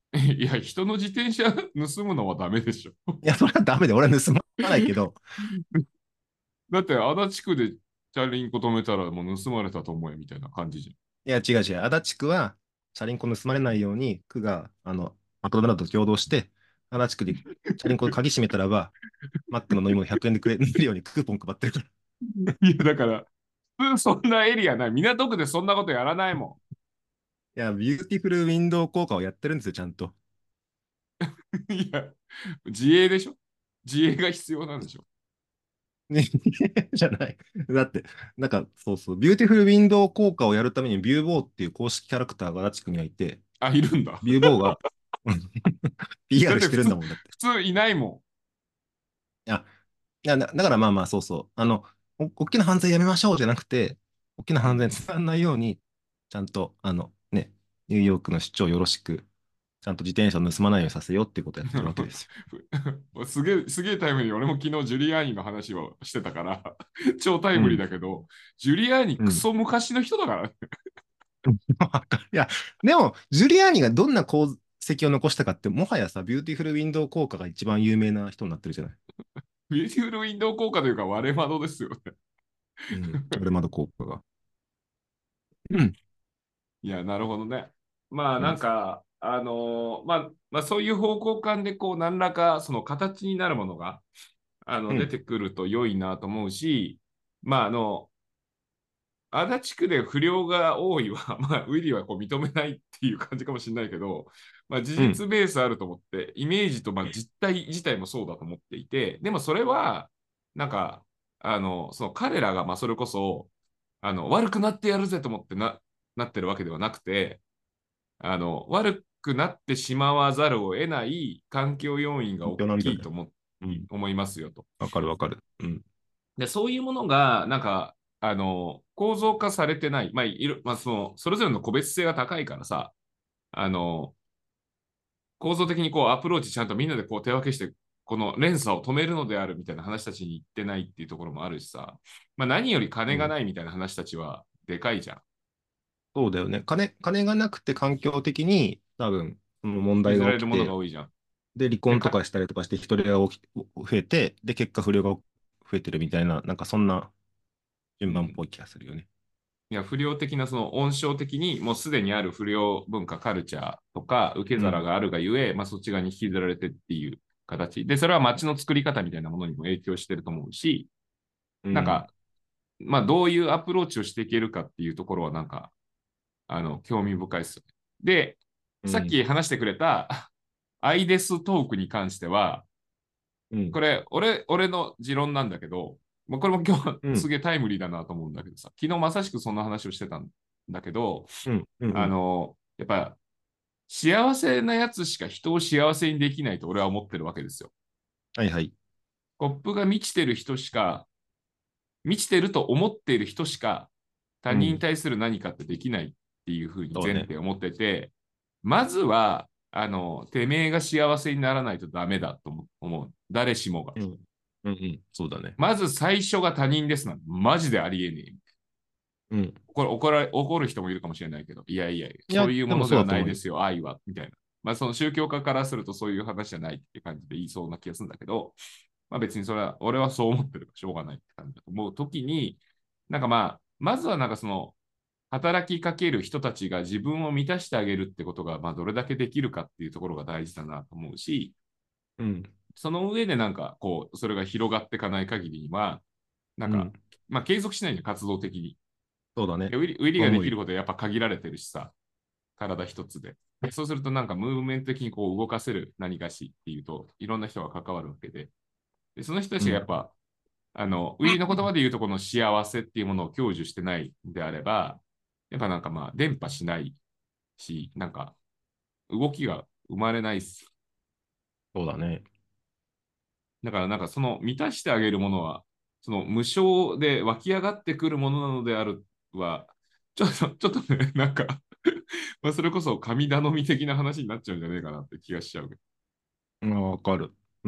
いや、人の自転車盗むのはダメでしょ。 いや、それはダメで、俺は盗まないけど、 だって、足立区でチャリンコ止めたらもう盗まれたと思えみたいな感じじいや、違う違う。足立区は、チャリンコ盗まれないように、区が、あの、マクドナルドと共同して、足立区でチャリンコで鍵閉めたらば、マックの飲み物ひゃくえんでくれるようにクーポン配ってるから。 ゃん。いや、だから、普通そんなエリアない。港区でそんなことやらないもいや、ビューティフルウィンドウ効果をやってるんですよ、ちゃんと。 ん。いや、自衛でしょ。自衛が必要なんでしょ。 ねじゃない。だって、なんか、そうそう、ビューティフルウィンドウ効果をやるために、ビューボーっていう公式キャラクターが足立区にはいて、 あ、いるんだ。 ビューボーがだっピーアールて普通、 してるんだもんだって。 普通いないもいや、いやだだからまあまあ、そうそう。あの、お大きな犯罪やめましょうじゃなくて、大きなん。う犯罪にん。 つながらないように、ちゃんと、あの、ね、ニューヨークの市長よろしく、ちゃんと自転車を盗まないようにさせようっていうことをやってるわけですよ。 すげえ、すげえタイムリー。俺も昨日ジュリアーニの話をしてたから、超タイムリーうん。 だけど、ジュリアーニうん。 クソ昔の人だからね。 わかるいや、でも、ジュリアーニがどんな功績を残したかって、もはやさ、ビューティフルウィンドウ効果が一番有名な人になってるじゃない。 ビューティフルウィンドウ効果というか割れ窓ですよね。 うん。俺まだ効果が。うん。 いや、なるほどね。まあうん。 なんか、あのーまあ、まあそういう方向感でこう何らかその形になるものがあの出うん。 てくると良いなと思うし、まああの、足立区で不良が多いは、まあ、ウィリーはこう認めないっていう感じかもしれないけど、まあ、事うん。 実ベースあると思って、イメージとまあ実態自体もそうだと思っていて、でもそれは、なんか、あの、その彼らが、まあ、それこそ、あの、悪くなってやるぜと思ってな、なってるわけではなくて、あの、悪くなってしまわざるを得ない環境要因が勉大強なんだよね。 きいと思、 うん。 思いますよと。 わかるわかる。うん。 で、そういうものが、なんか、あの、構造化されてない。まあ、いる、まあ、その、それぞれの個別性が高いからさ、あの、構造的にこう、アプローチちゃんとみんなでこう手分けして、この連鎖を止めるのであるみたいな話たちに言ってないっていうところもあるしさ、まあ、何より金がうん。 ないみたいな話たちはでかいじゃん。 そうだよね。金、金がなくて環境的に多分、その問題譲られるものがが起きて、 多いじゃん。 で、離で、か、 婚とかしたりとかして、一人が起き増えて、で、結果不良が増えてるみたいな、なんかそんな順番っうん。 ぽい気がするよね。 いや、不良的な、その温床的に、もうすでにある不良文化、カルチャーとか、受けうん。 皿があるがゆえ、まあ、そっち側に引きずられてっていう形。で、それは街の作り方みたいなものにも影響してると思うし、 うん。 なんか、まあ、どういうアプローチをしていけるかっていうところは、なんか、あの、興味深いですよね。で、さっうん。 き話してくれた、アイデストークに関しては、 うん。 これ、俺、俺の持論なんだけど、まあ、これも今日うん。 すげえタイムリーだなと思うんだけどさ、昨日まさしくそんな話をしてたんだけど、 うん。うん。うあん。 の、やっぱ幸せなやつしか人を幸せにできないと俺は思ってるわけですよ。 はいはい。 コップが満ちてる人しか、満ちてると思っている人しか他人にうん。 対する何かってできないっていうふうにそうね。 前提思ってて、まずは、あの、てめえが幸せにならないとダメだと思う。誰しもが。 うん。うん。うん。そうだね。 まず最初が他人ですなんてマジでありえねえ。 うん。 これ怒ら怒る人もいるかもしれないけど、いやいや、 いや、 そういうでもものではそうだと思うよ。 ないですよ、愛は、みたいな。まあ、その宗教家からするとそういう話じゃないっていう感じで言いそうな気がするんだけど、まあ別にそれは、俺はそう思ってるからしょうがないって感じだと思うときに、なんかまあ、まずはなんかその、働きかける人たちが自分を満たしてあげるってことが、まあどれだけできるかっていうところが大事だなと思うし、 うん。 その上でなんかこう、それが広がっていかない限りには、なんか、 うん。 まあ継続しないんで活動的に。 そうだね。 ウィリウィリがで思うよ。 きることはやっぱ限られてるしさ、体一つで。そうするとなんかムーブメント的にこう動かせる何かしっていうと、いろんな人が関わるわけで、でその人たうん。 ちがやっぱ、あの、ウィリの言葉で言うとこの幸せっていうものを享受してないんであれば、やっぱなんかまあ、伝播しないし、なんか動きが生まれないっす。 そうだね。 だからなんかその満たしてあげるものは、その無償で湧き上がってくるものなのであるは、ちょっと、ちょっとね、なんかまあそれこそ神頼み的な話になっちゃうんじゃねえかなって気がしちゃうけど。 うん、わかる。うん。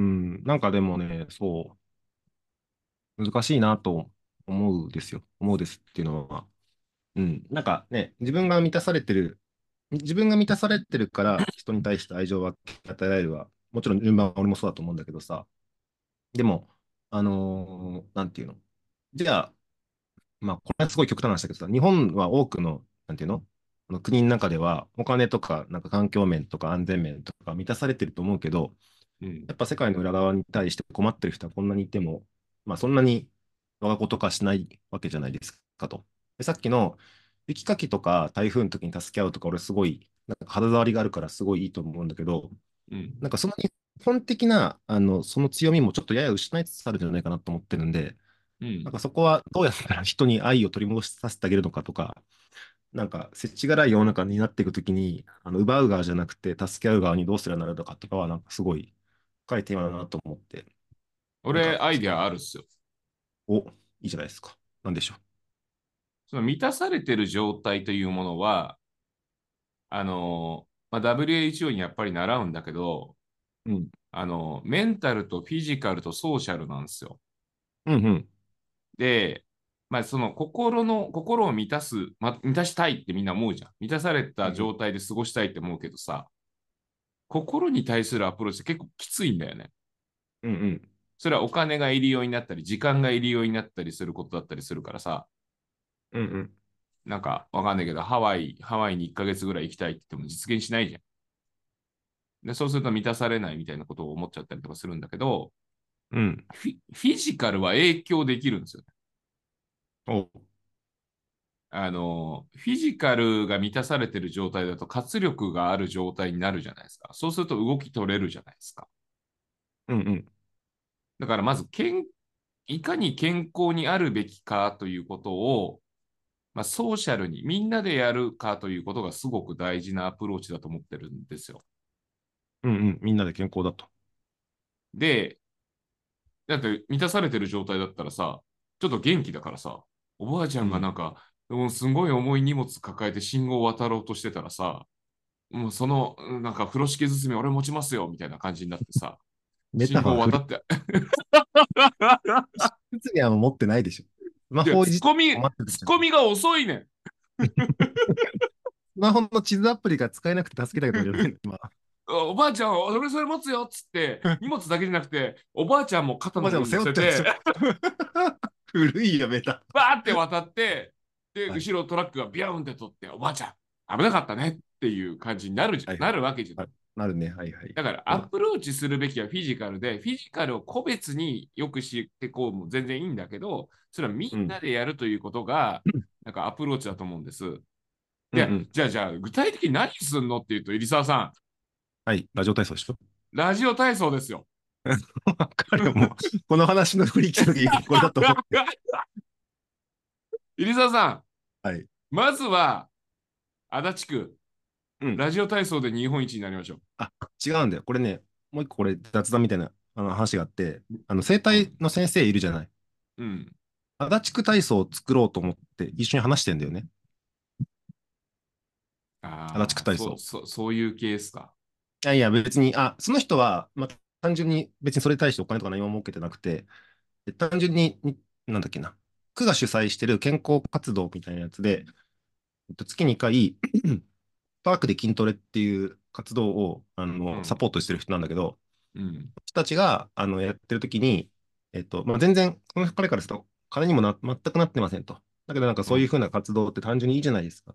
なんかでもね、そう、難しいなと思うですよ。思うですっていうのは。うん。なんかね、自分が満たされてる自分が満たされてるから人に対して愛情は与えられるは、もちろん順番は俺もそうだと思うんだけどさ、でも、あのーなんていうの。じゃあ、まあ、これはすごい極端な話だけどさ、日本は多くの、なんていうのあの国の中では、お金とか、なんか環境面とか安全面とか満たされてると思うけど、 うん。 やっぱ世界の裏側に対して困ってる人はこんなにいても、まあ、そんなに我がことかしないわけじゃないですかと。で、さっきの雪かきとか台風の時に助け合うとか、俺すごい、なんか肌触りがあるからすごいいいと思うんだけど、 うん。 なんかその日本的な、あの、その強みもちょっとやや失いつつあるんじゃないかなと思ってるんで、 うん。 なんかそこはどうやったら人に愛を取り戻させてあげるのかとか、なんか、世知辛い世の中になっていくときに、あの奪う側じゃなくて、助け合う側にどうすればなるのかとかは、なんかすごい深いテーマだなと思って、なん俺、 か、 アイデアあるっすよ。 お、いいじゃないですか。なんでしょその満たされてる状態というものは、あの、まあ、ダブリューエイチオー にやっぱり習うんだけど、 う。うん。 あの、メンタルとフィジカルとソーシャルなんですよ。 うんうん。 で、まあ、その心の、心を満たす、ま、満たしたいってみんな思うじゃん。満たされたうん状態で過ごしたいって思うけどさ、心に対するアプローチって結構きついんだよね。 うんうん。 それはお金が入りようになったり、時間が入りようになったりすることだったりするからさ、 うんうん。 なんかわかんないけど、ハワイ、ハワイにいっかげつぐらい行きたいって言っても実現しないじゃん。で、そうすると満たされないみたいなことを思っちゃったりとかするんだけど、 うん。 フィフィジカルは影響できるんですよね。 お、 あの、フィジカルが満たされてる状態だと活力がある状態になるじゃないですか。そうすると動き取れるじゃないですか。 うんうん。 だからまず健、いかに健康にあるべきかということを、まあ、ソーシャルにみんなでやるかということがすごく大事なアプローチだと思ってるんですよ。 うんうん。みんなで健康だと。 で、だって満たされてる状態だったらさ、ちょっと元気だからさ、おばあちゃうん。 んがなんか、もうすごい重い荷物抱えて信号を渡ろうとしてたらさ、もうその、なんか風呂敷包み俺持ちますよみたいな感じになってさ、 メタ信ファー古い。 号渡って、 物理は持ってないでしょ。スマいや、 ホいじってツッコミ、 困ってるじゃん。 ツッコミが遅いねん。 スマホの地図アプリが使えなくて助けたけどじゃないの、今。 おばあちゃん、俺それ持つよっつって、荷物だけじゃなくて、おばあちゃんも肩おばあちゃんもの上に乗せて、 背負ってるでしょ。古いよ、メタ。 バーって渡って、で、 はい。 後ろトラックがビャーンって取って、おばあちゃん、危なかったねっていう感じになるじゃん、なはいはい。 るわけじゃん。 はい、なるね。はいはい。 だからアそうだ。 プローチするべきはフィジカルで、フィジカルを個別によく知ってこうも全然いいんだけど、それはみうん。 んなでやるということが、なんかアプローチだと思うんです。で、 うんうん。 じゃあじゃあ具体的に何すんのっていうと、入澤さん、 はい。ラジオ体操でしょ。 ラジオ体操ですよ。 わかるよ。もう、この話の振り来た時、これだと思って。 入澤さん、 はい。 まずは足立区、 うん。 ラジオ体操で日本一になりましょあ、違うんだよ。これね、もう一個これ雑談みたいなあの話があって、あの、整う。うん。 体の先生いるじゃない。 うん。 足立区体操を作ろうと思って一緒に話してんだよね。足立区ああ、そう、 体操。 そう、そういうケースか。 いやいや、別に、あ、その人は、まあ、単純に別にそれに対してお金とか何も儲けてなくて、で単純に、になんだっけな、区が主催してる健康活動みたいなやつで、えっと月にかい、パークで筋トレっていう活動をあのサうん。 ポートしてる人なんだけど、 うん。 人たちがあのやってる時に、えっとまあ、全然、この彼からすると、金にもな全くなってませんと。だけどなんかうん。 そういうふうな活動って単純にいいじゃないですかって。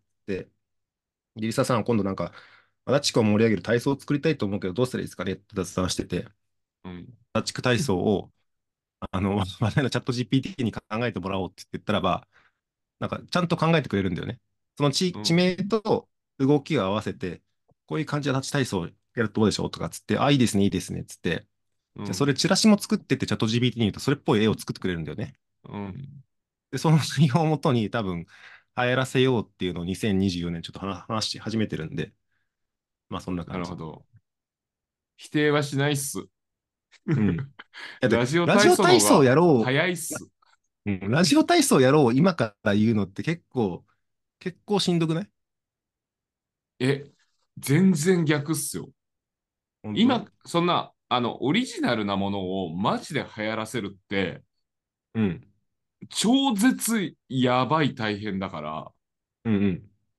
リリサさんは今度なんか、足立区を盛り上げる体操を作りたいと思うけど、どうしたらいいですかねって雑談してて、 うん。 足立区体操を、あの、話題のチャット ジーピーティー に考えてもらおうって言ったらば、なんかちゃんと考えてくれるんだよね。その地、地うん。 名と動きを合わせて、こういう感じで立ち体操やるとどうでしょうとかつって、あ、いいですね、いいですね、つって、じゃあそれうん。 チラシも作ってってチャット ジーピーティー に言うと、それっぽい絵を作ってくれるんだよね。 うん。 で、その内容をもとに多分、流行らせようっていうのをにせんにじゅうよねんちょっと話話し始めてるんで、まあそんなな感じ。 るほど。否定はしないっす。 うん。だって、 ラジオ体ラジオ体操操の方がやろう、 早いっす。 うん、ラジオ体操やろう今から言うのって結構、結構しんどくない？ え、全然逆っすよ。今、 本当？ そんな、あの、オリジナルなものをマジで流行らせるって、 うん。 超絶やばい大変だから、 うんうん。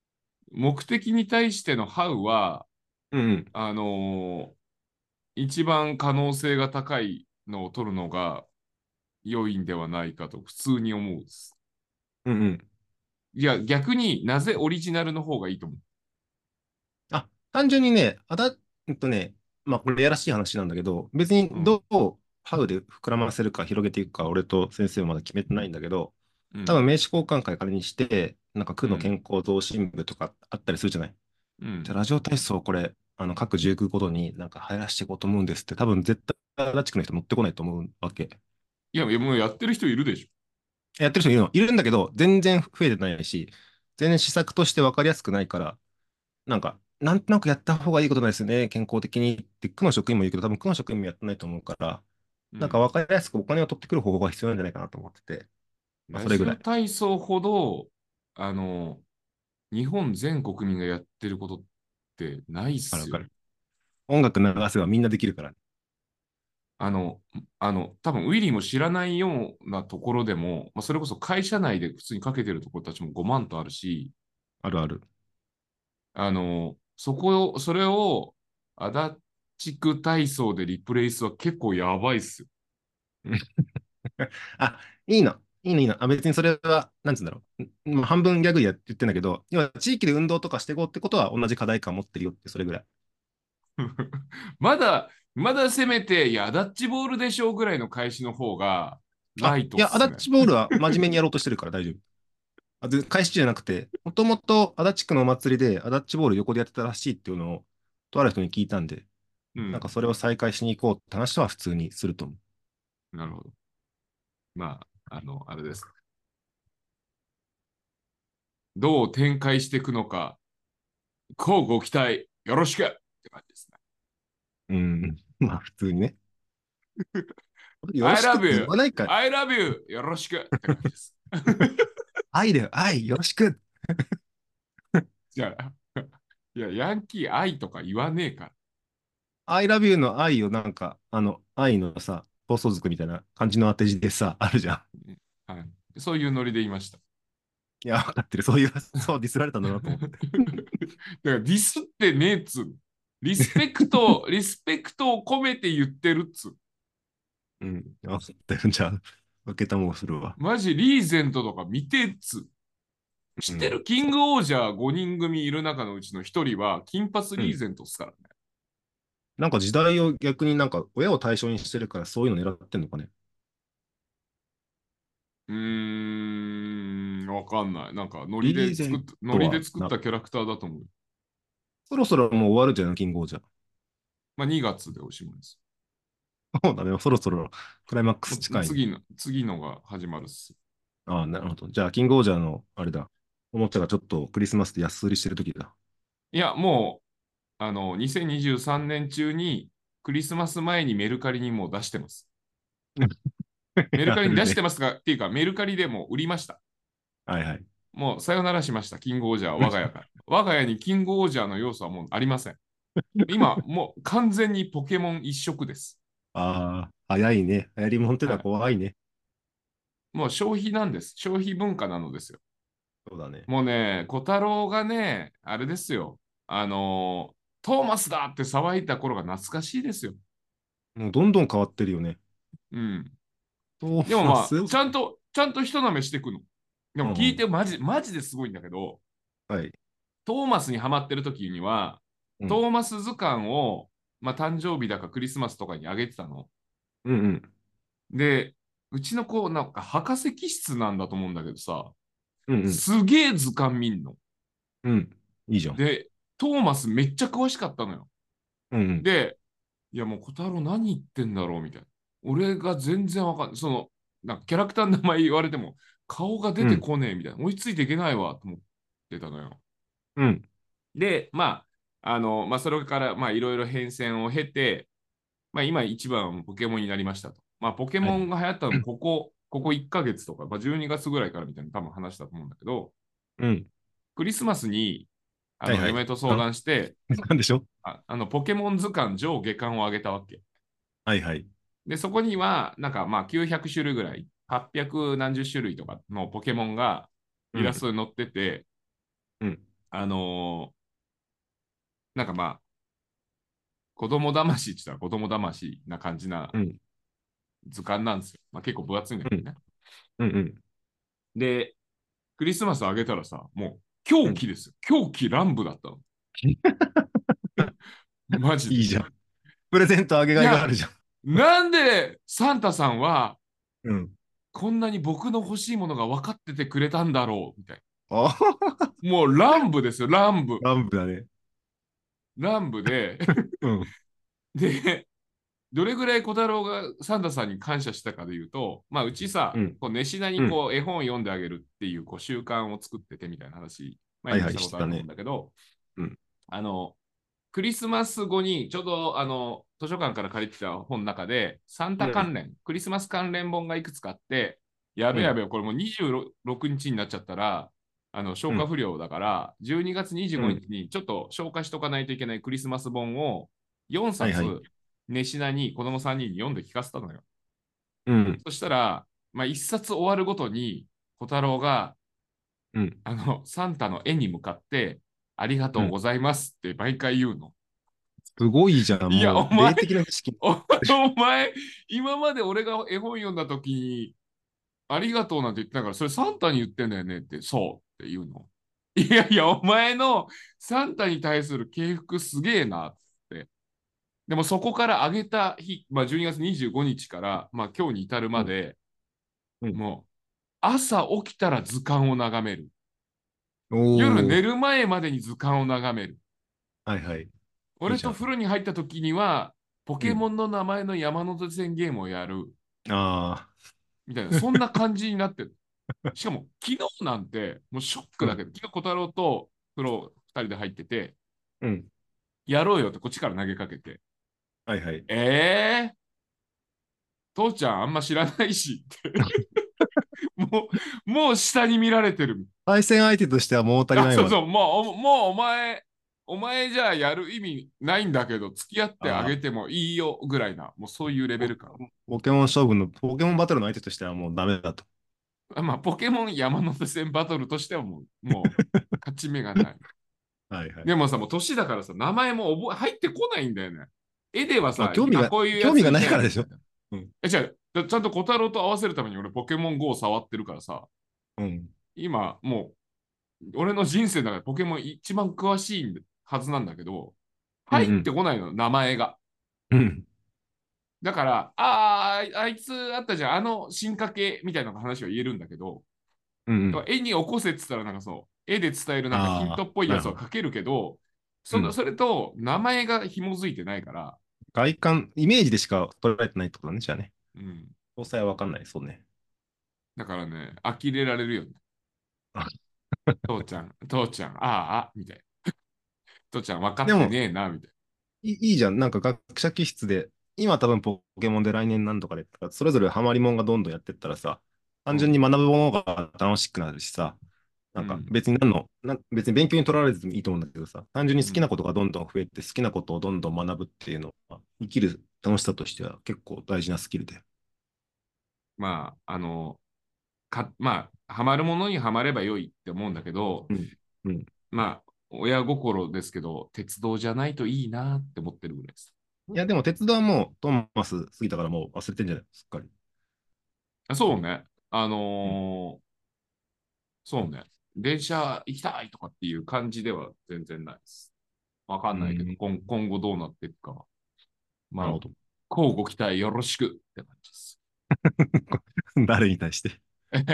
目的に対しての How は、 うんうん。 あのー一番可能性が高いのを取るのが良いんではないかと普通に思うんです。 うんうん。 いや、逆になぜオリジナルの方がいいと思う？ あ、単純にね、あだ、うんとね、まあこれやらしい話なんだけど、別にうん、 どう、ハウで膨らませるか広げていくか、俺と先生はまだ決めてないんだけど、 うん、 多分名刺交換会仮にして、なんか区のうん、 健康増進部とかあったりするじゃない。じゃあうん。 ラジオ体操これ、あの各じゅう区ごとになんか流行らしていこうと思うんですって、多分絶対足立区の人持ってこないと思うわけ。 いや、いやもうやってる人いるでしょ。 やってる人いるの、いるんだけど、全然増えてないし、全然施策として分かりやすくないから、なんか、なんとなくやった方がいいことないですね、健康的にって、区の職員も言うけど、多分区の職員もやってないと思うから、なんかうん。 分かりやすくお金を取ってくる方法が必要なんじゃないかなと思ってて、まあ、 ラジオそれぐらい。 体操ほど、あの、日本全国民がやってることってないっすよ。 あるわかる。音楽流せばみんなできるからね。 あの、あの、多分ウィリーも知らないようなところでも、まあ、それこそ会社内で普通にかけてるところたちもごまんとあるし、 あるある。 あの、そこを、それを足立区体操でリプレイスは結構やばいっすよ。 あ、いいの。いいの、いいの。あ、別にそれは、なんつうんだろう。んまあ、半分ギャグでやって言ってんだけど、今、地域で運動とかしていこうってことは同じ課題感持ってるよって、それぐらい。 まだ、まだせめて、いや、ダッチボールでしょうぐらいの開始の方が、ラあ、 イトいや、アダッっすね。 チボールは真面目にやろうとしてるから大丈夫。あ、で、開始じゃなくて、もともと足立区のお祭りでアダッチボール横でやってたらしいっていうのを、とある人に聞いたんで、 うん。 なんかそれを再開しに行こうって話は普通にすると思う。 なるほど。まあ、あの、あれです。どう展開していくのか、乞うご期待、よろしくって感じですね。 うん。まあ普通にね。よろ I しくっ love て言 you! わないか。 I love you! よろしくって感じです。 愛だよ、愛、よろしく。 じゃあ、いや、ヤンキー愛とか言わねえか I love you の愛をなんか、あの、愛のさ、放送族みたいな感じの当て字でさ、あるじゃん。 ら。はい。そういうノリで言いました。 いや、わかってる。そういう、 だかそうディスられたんだなと思って。 らディスってねえっつう。リスペクト、リスペクトを込めて言ってるっつう。 うん。わかってる。じゃあ、分けたもんするわ。 マジリーゼントとか見てっつう。知ってうん。 るキングオージャーごにん組いる中のうちのひとりは金髪うん。 リーゼントっすからね。 なんか時代を逆になんか親を対象にしてるからそういうの狙ってんのかね。 うーん、わかんない。なんかノリリーゼンで作った、ノトは、 リで作っな、 たキャラクターだと思う。 そろそろもう終わるじゃん、キングオージャー。 まあにがつでおしまいです。 そうだね、そろそろクライマックもス近いね。 う次の、次のが始まるっす。 ああ、なるほど。じゃあ、キングオージャーの、あれだ。おもちゃがちょっとクリスマスで安売りしてる時だ。 いや、もう、あの、にせんにじゅうさんねん中にクリスマス前にメルカリにもう出してます。メルカリに出してやるね。 ますが、っていうか、メルカリでも売りました。 はいはい。 もうさよならしました、キングオージャー、我が家から。我が家にキングオージャーの要素はもうありません。今、もう完全にポケモン一色です。 ああ、早いね。流行りもんってのははい。 怖いね。 もう消費なんです。消費文化なのですよ。 そうだね。 もうね、小太郎がね、あれですよ。あのートーマスだって騒いだ頃が懐かしいですよ。 もうどんどん変わってるよね。 うん。 トでもーマス。 まあ、ちゃんと、ちゃんと人舐めしていくの。でも聞いうんうん。 てマジ、マジですごいんだけど、 はい。 トーマスにハマってる時には、 うん。 トーマス図鑑を、まあ、誕生日だかクリスマスとかにあげてたの。 うんうん。 で、うちの子、なんか博士気質なんだと思うんだけどさ、 うんうん。 すげえ図鑑見んの。 うん。いいじゃん。 で、トーマスめっちゃ詳しかったのよ。 うんうん。 で、いやもう小太郎何言ってんだろうみたいな。俺が全然わかんない。その、なんかキャラクターの名前言われても、顔が出てうん。 こねえみたいな。追いついていけないわと思ってたのよ。 うん。 で、まあ、あの、まあ、それから、まあ、いろいろ変遷を経て、まあ、今一番はポケモンになりましたと。まあ、ポケはいはい。 モンが流行ったのも、ここ、ここいっかげつとか、まあ、じゅうにがつぐらいからみたいな多分話だと思うんだけど、 うん。 クリスマスに、あの、 はいはい。 嫁と相なん談して、 なんでしょ。 あ、あの、ポケモン図鑑上下巻をあげたわけ。 はいはい。 で、そこには、なんかまあきゅうひゃく種類ぐらい、はっぴゃく何十種類とかのポケモンがイラスうん。 トに載ってて、 うん。 あのーなんかまあ、子供騙しって言ったら子供騙しな感じなうん。 図鑑なんですよ。まあ結構分厚いんだけうん。 どね。 うん。うん。 で、クリスマスあげたらさ、もう狂うん。 気ですよ。狂気乱舞だったの。マジで。 いいじゃん。プレゼントあげがいがあいや、 るじゃん。 なんでサンタさんはうん。 こんなに僕の欲しいものが分かっててくれたんだろうみたいああ、 な。もう乱舞ですよ、乱舞。 ランプだね。 乱舞で、 うん。 で、どれぐらい小太郎がサンタさんに感謝したかでいうと、まあ、うちさ、 うん。 こう飯なにうん。 こう絵本を読んであげるっていうこう習慣を作っててみたいな話、前にもしはいはい、 たことあると思うんしてたね。 だけど、 うん。 あの、クリスマス後にちょうどあの図書館から借りてた本の中で、サンうん。 タ関連、クリスマス関連本がいくつかあって、やうん。 べやべ、これもうにじゅうろくにちにちになっちゃったら、あの消化うん。 不良だから、じゅうにがつ25 うん。 日にちにちょっと消化しとかないといけないクリスマス本を4 はいはい。 冊、寝しなに子供さんにんに読んで聞かせたのよ。 うん。 そしたら、まあ、いっさつ終わるごとに、小太郎が、 うん。 あの、サンタの絵に向かって、ありがうん。 とうございますって毎回言うの。 すごいじゃん。 いや、 もう、 お前、 霊的な知識。 おお前、今まで俺が絵本読んだ時に、ありがとうなんて言ってたから、それサンタに言ってんだよねって、そうって言うの。いやいや、お前のサンタに対する敬服すげえなって。でもそこからあげた日、まあ、じゅうにがつにじゅうごにちから、まあ、今日に至るうん。 まで、 うん。 もう朝起きたら図鑑を眺める。夜おー。 寝る前までに図鑑を眺める。 はいはい。いい俺とじゃん。 風呂に入った時には、ポうん。 ケモンの名前の山手線ゲームをやる。 ああ。 みたいな、そんな感じになってる。しかも、昨日なんて、もうショックうん。 だけど、昨日小太郎と風呂ふたりで入ってて、 うん。 やろうよってこっちから投げかけて、 はいはい。 えー、父ちゃんあんま知らないしって、もう、もう下に見られてる。 対戦相手としては物足りあ、 ないわ。 そうそう、もう、もうお前、お前じゃあやる意味ないんだけど、付き合ってあああ。 げてもいいよぐらいな、もうそういうレベポル感。 ポケモン勝負の、ポケモンバトルの相手としてはもうダメだと。 まあ、ポケモン山手線バトルとしてはもう、もう、勝ち目がない。 はいはい。 でもさ、もう年だからさ、名前も覚え、入ってこないんだよね。絵ではまあ、 さ、あ、 興味が、 こういうや興味がついないからでしょ。 ねみたいな。 うん。 え、じゃあ、ちゃんと小太郎と合わせるために俺ポケモン ゴー 触ってるからさ、 うん。 今もう、俺の人生の中でポケモン一番詳しいはずなんだけど、入ってうんうん。 こないの、名前が。 うん。 だから、ああ、あいつあったじゃん、あの進化系みたいな話は言えるんだけど、 うんうん。 絵に起こせって言ったら、なんかそう、絵で伝えるなんかヒンああ、 トっぽいやなるほど。 つは書けるけど、その、 うん。 それと名前が紐づいてないから、 外観、イメージでしか捉えてないってことだね、じゃあね。 うん。 詳細はわかんない。そうね。 だからね、呆れられるよね。 あ、 父ちゃん、父ちゃん、ああ、あみたいな。父ちゃん分かでも、 ってねえな、みたいいい、いいじゃん。なんか学者気質で、今多分ポケモンで来年なんとかで、それぞれハマりもんがどんどんやってったらさ、 な。うん。 単純に学ぶものが楽しくなるしさ、なんかうん。 別に何の、な別に勉強に取られずにいいと思うんだけどさ、単純にうん。 好きなことがどんどん増えて、好きなことをどんどん学ぶっていうのは、生きる楽しさとしては結構大事なスキルで。 まあ、あの、か、まあ、ハマるものにはまればよいって思うんだけど、 うん。うん。 まあ、親心ですけど、鉄道じゃないといいなって思ってるぐらいです。 いや、でも鉄道はもうトーマス過ぎたからもう忘れてんじゃないすっかり。 あ、そうね。あうん。 のーそうね。電車行きたいとかっていう感じでは全然ないです。わかんないけど、 うん。 今今後どうなっていくかは。まあ、 なるほど。 乞うご期待よろしくって感じです。 誰に対して。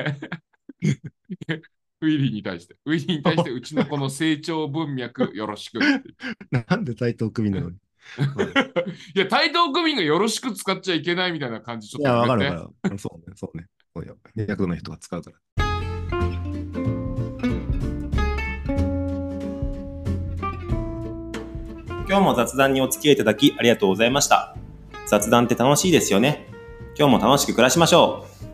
ウィリーに対して、ウィリーに対してうちのこの成長文脈よろしくって。 なんで斎藤組なのに。まあ、いいや、台東区民がよろしく使っちゃいけないみたいな感じちょっとや、 やめて。 わかるわかる。そうね、そうね。そうよ。役所の人が使うから。 今日も雑談にお付き合いいただきありがとうございました。雑談って楽しいですよね。今日も楽しく暮らしましょう。